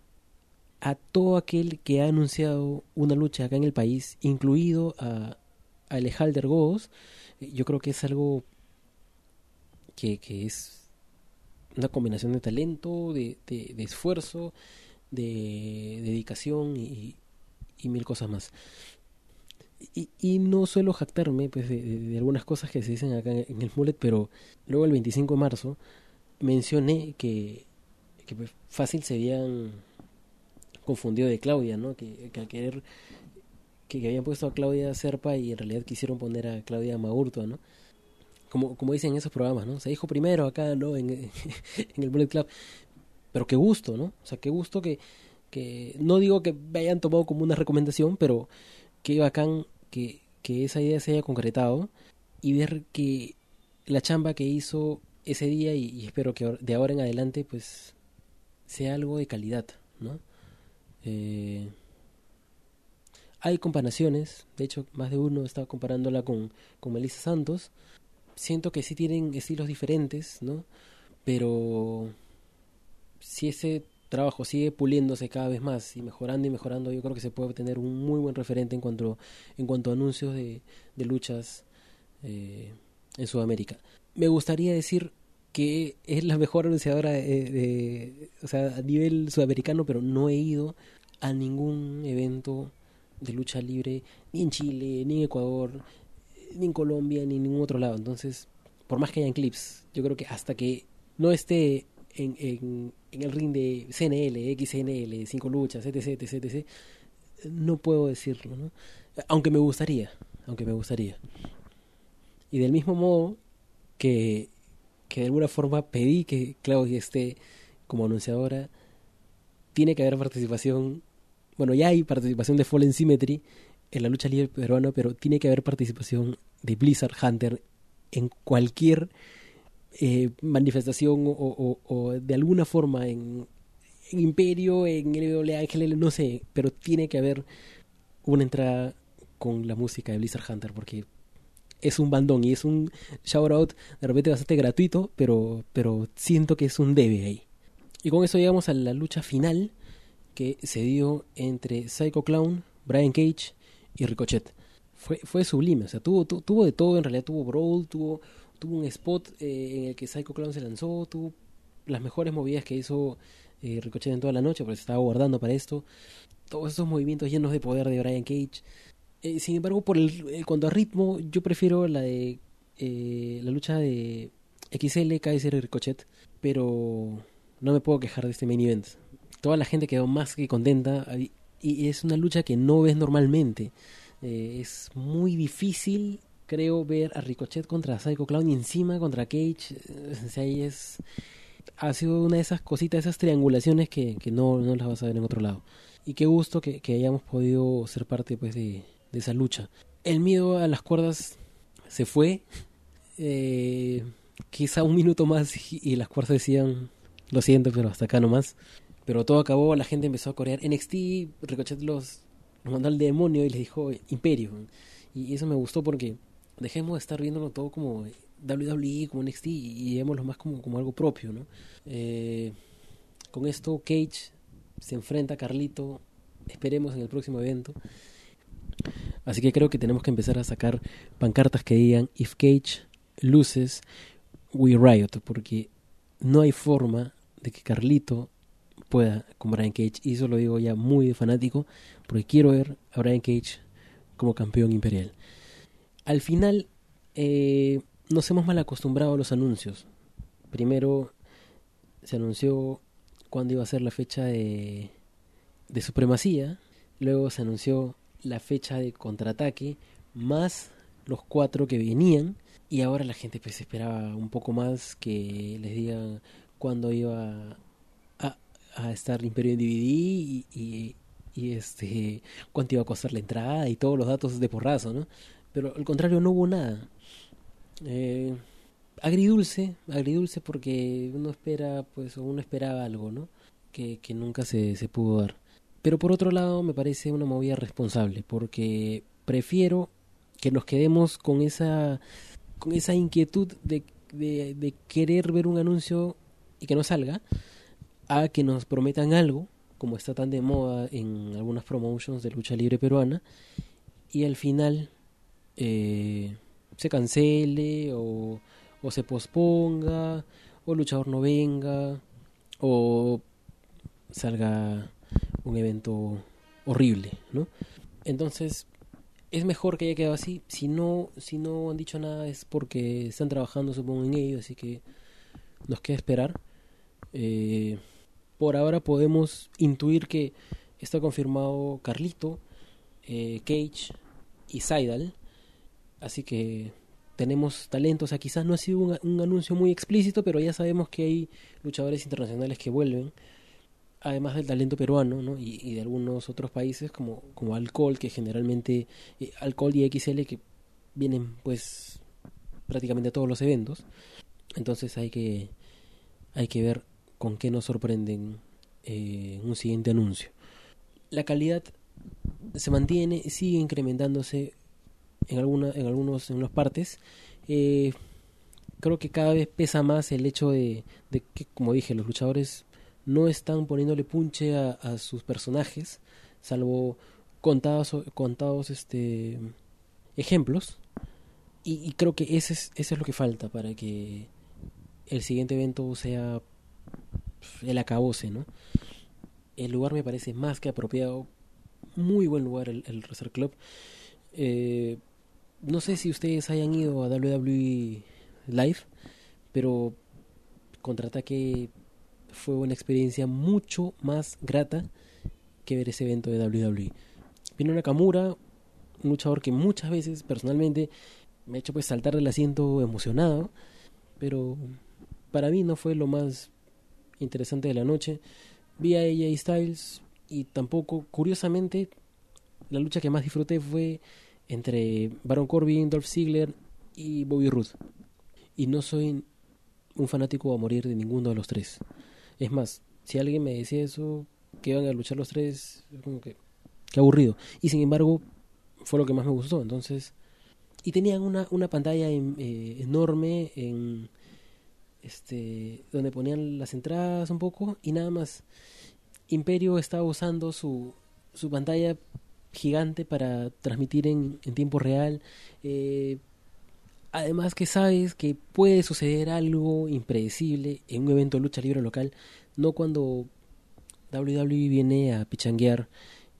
a todo aquel que ha anunciado una lucha acá en el país, incluido a, a Alejandro Godos. Yo creo que es algo que, que es una combinación de talento, de, de, de esfuerzo, de dedicación y, y mil cosas más. Y, y no suelo jactarme pues de, de, de algunas cosas que se dicen acá en, en el Mullet, pero luego el veinticinco de marzo mencioné que, que pues, fácil se habían confundido de Claudia, ¿no? Que, que al querer que, que habían puesto a Claudia Serpa y en realidad quisieron poner a Claudia Maurtua, ¿no? Como, como dicen en esos programas, ¿no? Se dijo primero acá, ¿no? En, en el Bullet Club. Pero qué gusto, ¿no? O sea, qué gusto que, que no digo que me hayan tomado como una recomendación, pero qué bacán que, que esa idea se haya concretado y ver que la chamba que hizo ese día y, y espero que de ahora en adelante pues sea algo de calidad, ¿no? Eh, hay comparaciones, de hecho más de uno estaba comparándola con, con Melissa Santos. Siento que sí tienen estilos diferentes, ¿no? Pero si ese trabajo sigue puliéndose cada vez más y mejorando y mejorando, yo creo que se puede obtener un muy buen referente en cuanto, en cuanto a anuncios de, de luchas eh, en Sudamérica. Me gustaría decir que es la mejor anunciadora de, de, o sea, a nivel sudamericano, pero no he ido a ningún evento de lucha libre ni en Chile, ni en Ecuador, ni en Colombia, ni en ningún otro lado. Entonces, por más que hayan clips, yo creo que hasta que no esté en, en, en el ring de C N L, X N L, cinco luchas, etc, etc, etc, no puedo decirlo, ¿no? Aunque me gustaría, aunque me gustaría. Y del mismo modo que, que de alguna forma pedí que Claudia esté como anunciadora, tiene que haber participación. Bueno, ya hay participación de Fallen Symmetry en la lucha libre peruana, pero tiene que haber participación de Blizzard Hunter en cualquier eh, manifestación o, o, o de alguna forma en, en Imperio, en L W Ángel, no sé, pero tiene que haber una entrada con la música de Blizzard Hunter porque es un bandón y es un shout out de repente bastante gratuito, pero, pero siento que es un debe ahí. Y con eso llegamos a la lucha final que se dio entre Psycho Clown, Brian Cage y Ricochet. Fue, fue sublime, o sea, tuvo, tu, tuvo de todo, en realidad tuvo brawl, tuvo, tuvo un spot eh, en el que Psycho Clown se lanzó, tuvo las mejores movidas que hizo eh, Ricochet en toda la noche, porque se estaba guardando para esto, todos esos movimientos llenos de poder de Brian Cage. Eh, sin embargo, por el, eh, cuanto a ritmo, yo prefiero la de eh, la lucha de X L, Kaiser y Ricochet, pero no me puedo quejar de este main event. Toda la gente quedó más que contenta y es una lucha que no ves normalmente. Eh, es muy difícil, creo, ver a Ricochet contra Psycho Clown y encima contra Cage. Eh, o sea, ahí es, ha sido una de esas cositas, esas triangulaciones que, que no, no las vas a ver en otro lado. Y qué gusto que, que hayamos podido ser parte pues de, de esa lucha. El miedo a las cuerdas se fue. Eh, quizá un minuto más y, y las cuerdas decían, lo siento, pero hasta acá nomás. Pero todo acabó, la gente empezó a corear N X T, Ricochet los, los mandó al demonio y les dijo Imperio. Y eso me gustó porque dejemos de estar viéndolo todo como W W E, como N X T y veámoslo más como, como algo propio, ¿no? Eh, con esto Cage se enfrenta a Carlito, esperemos en el próximo evento. Así que creo que tenemos que empezar a sacar pancartas que digan If Cage loses, we riot, porque no hay forma de que Carlito pueda con Brian Cage, y eso lo digo ya muy fanático, porque quiero ver a Brian Cage como campeón imperial. Al final eh, nos hemos mal acostumbrado a los anuncios. Primero se anunció cuándo iba a ser la fecha de, de supremacía, luego se anunció la fecha de contraataque, más los cuatro que venían, y ahora la gente pues esperaba un poco más que les digan cuándo iba a, a estar Imperio en D V D y, y, y este cuánto iba a costar la entrada y todos los datos de porrazo, ¿no? Pero al contrario, no hubo nada. Eh, agridulce, agridulce porque uno espera, pues, o uno esperaba algo, ¿no? Que, que nunca se, se pudo dar. Pero por otro lado me parece una movida responsable, porque prefiero que nos quedemos con esa, con esa inquietud de, de, de querer ver un anuncio y que no salga, a que nos prometan algo, como está tan de moda en algunas promotions de lucha libre peruana, y al final eh, se cancele o, o se posponga, o el luchador no venga, o salga un evento horrible, ¿no? Entonces, es mejor que haya quedado así. Si no, si no han dicho nada es porque están trabajando, supongo, en ello, así que nos queda esperar. Eh, por ahora podemos intuir que está confirmado Carlito, eh, Cage y Seidel, así que tenemos talentos. O sea, quizás no ha sido un, un anuncio muy explícito, pero ya sabemos que hay luchadores internacionales que vuelven, además del talento peruano, ¿no? y, y de algunos otros países como, como Alcohol, que generalmente eh, Alcohol y X L, que vienen pues prácticamente a todos los eventos. Entonces hay que hay que ver con qué nos sorprenden eh, un siguiente anuncio. La calidad se mantiene, sigue incrementándose en alguna, en algunos, en unas partes. Eh, creo que cada vez pesa más el hecho de, de que, como dije, los luchadores no están poniéndole punche a, a sus personajes, salvo contados, contados este, ejemplos. Y, y creo que ese es, eso es lo que falta para que el siguiente evento sea el acabose, ¿no? El lugar me parece más que apropiado. Muy buen lugar el, el Reserve Club. Eh, no sé si ustedes hayan ido a W W E Live, pero Contraataque fue una experiencia mucho más grata que ver ese evento de W W E. Vino Nakamura, un luchador que muchas veces personalmente me ha hecho pues saltar del asiento emocionado, pero para mí no fue lo más interesante de la noche. Vi a A J Styles y tampoco, curiosamente, la lucha que más disfruté fue entre Baron Corbin, Dolph Ziggler y Bobby Roode. Y no soy un fanático a morir de ninguno de los tres. Es más, si alguien me decía eso, que iban a luchar los tres, como que, qué aburrido. Y sin embargo, fue lo que más me gustó. Entonces, y tenían una, una pantalla en, eh, enorme en este donde ponían las entradas un poco y nada más. Imperio estaba usando su, su pantalla gigante para transmitir en, en tiempo real. Eh, además que sabes que puede suceder algo impredecible en un evento de lucha libre local, no cuando W W E viene a pichanguear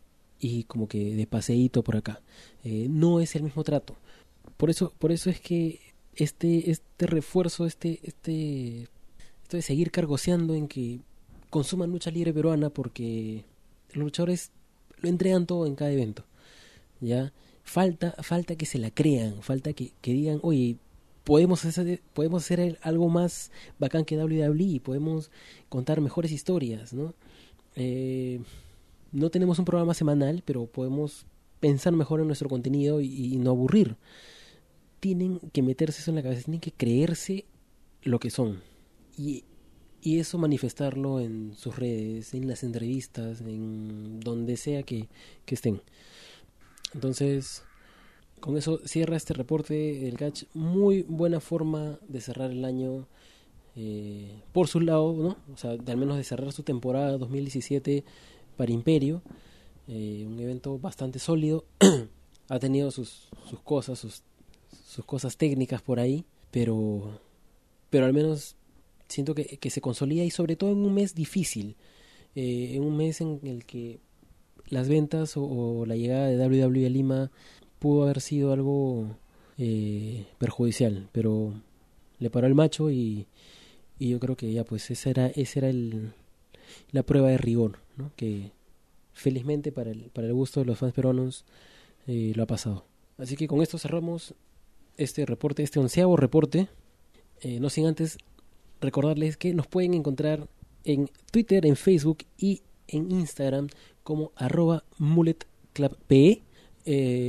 y como que de paseíto por acá. Eh, no es el mismo trato. Por eso, por eso es que este, este refuerzo, este, este, esto de seguir cargoseando en que consuman lucha libre peruana, porque los luchadores lo entregan todo en cada evento, ya falta falta que se la crean, falta que, que digan, oye, podemos hacer podemos hacer algo más bacán que W W E, podemos contar mejores historias, ¿no? Eh, no tenemos un programa semanal, pero podemos pensar mejor en nuestro contenido y, y no aburrir. Tienen que meterse eso en la cabeza, tienen que creerse lo que son. Y y eso manifestarlo en sus redes, en las entrevistas, en donde sea que, que estén. Entonces, con eso cierra este reporte del Catch. Muy buena forma de cerrar el año eh, por su lado, ¿no? O sea, de al menos de cerrar su temporada dos mil diecisiete para Imperio. Eh, un evento bastante sólido. Ha tenido sus, sus cosas, sus, sus cosas técnicas por ahí, pero, pero al menos siento que, que se consolida, y sobre todo en un mes difícil, eh, en un mes en el que las ventas o, o la llegada de W W E a Lima pudo haber sido algo eh, perjudicial, pero le paró el macho y, y yo creo que ya pues esa era, esa era el, la prueba de rigor, ¿no? Que felizmente para el, para el gusto de los fans peruanos eh, lo ha pasado. Así que con esto cerramos este reporte, este onceavo reporte, eh, no sin antes recordarles que nos pueden encontrar en Twitter, en Facebook y en Instagram como arroba mulletclubpe. Eh,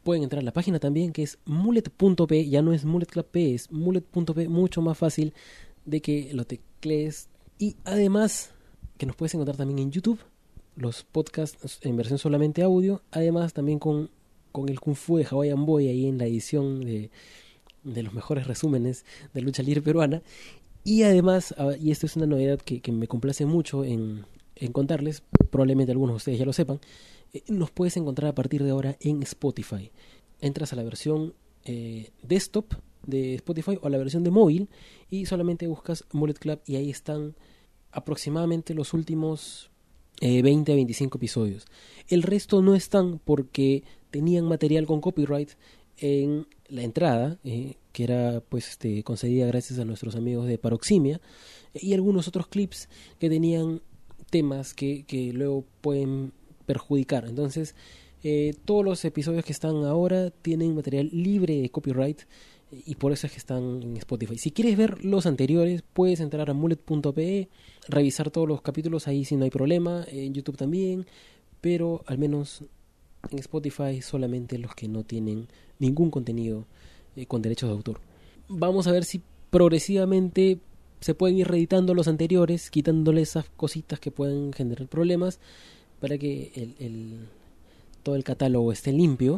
pueden entrar a la página también, que es mullet punto p. Ya no es Mullet Club P, es mullet punto p, mucho más fácil de que lo teclees. Y además que nos puedes encontrar también en YouTube, los podcasts en versión solamente audio, además también con, con el Kung Fu de Hawaiian Boy ahí en la edición de, de los mejores resúmenes de lucha libre peruana. Y además, y esto es una novedad que, que me complace mucho en, en contarles, probablemente algunos de ustedes ya lo sepan, eh, nos puedes encontrar a partir de ahora en Spotify. Entras a la versión eh, desktop de Spotify o a la versión de móvil y solamente buscas Mullet Club y ahí están aproximadamente los últimos eh, veinte a veinticinco episodios. El resto no están porque tenían material con copyright en la entrada, eh, que era pues este concedida gracias a nuestros amigos de Paroximia, y algunos otros clips que tenían temas que, que luego pueden perjudicar. Entonces eh, todos los episodios que están ahora tienen material libre de copyright y por eso es que están en Spotify. Si quieres ver los anteriores, puedes entrar a mullet punto p, revisar todos los capítulos ahí si no hay problema, en YouTube también, pero al menos en Spotify solamente los que no tienen ningún contenido eh, con derechos de autor. Vamos a ver si progresivamente se pueden ir reeditando los anteriores, quitándole esas cositas que pueden generar problemas para que el, el, todo el catálogo esté limpio.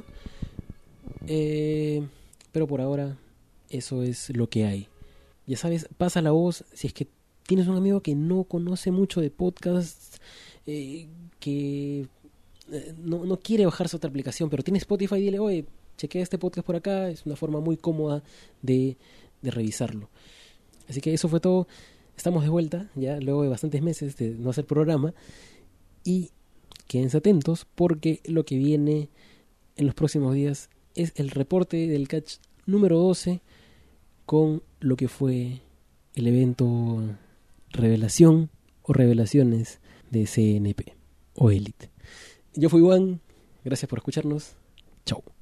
Eh, pero por ahora eso es lo que hay. Ya sabes, pasa la voz si es que tienes un amigo que no conoce mucho de podcasts, eh, que eh, no, no quiere bajarse otra aplicación, pero tiene Spotify, dile, oye, chequea este podcast por acá, es una forma muy cómoda de, de revisarlo. Así que eso fue todo. Estamos de vuelta, ya luego de bastantes meses de no hacer programa, y quédense atentos porque lo que viene en los próximos días es el reporte del catch número doce con lo que fue el evento Revelación o Revelaciones de C N P o Elite. Yo fui Juan, gracias por escucharnos. Chau.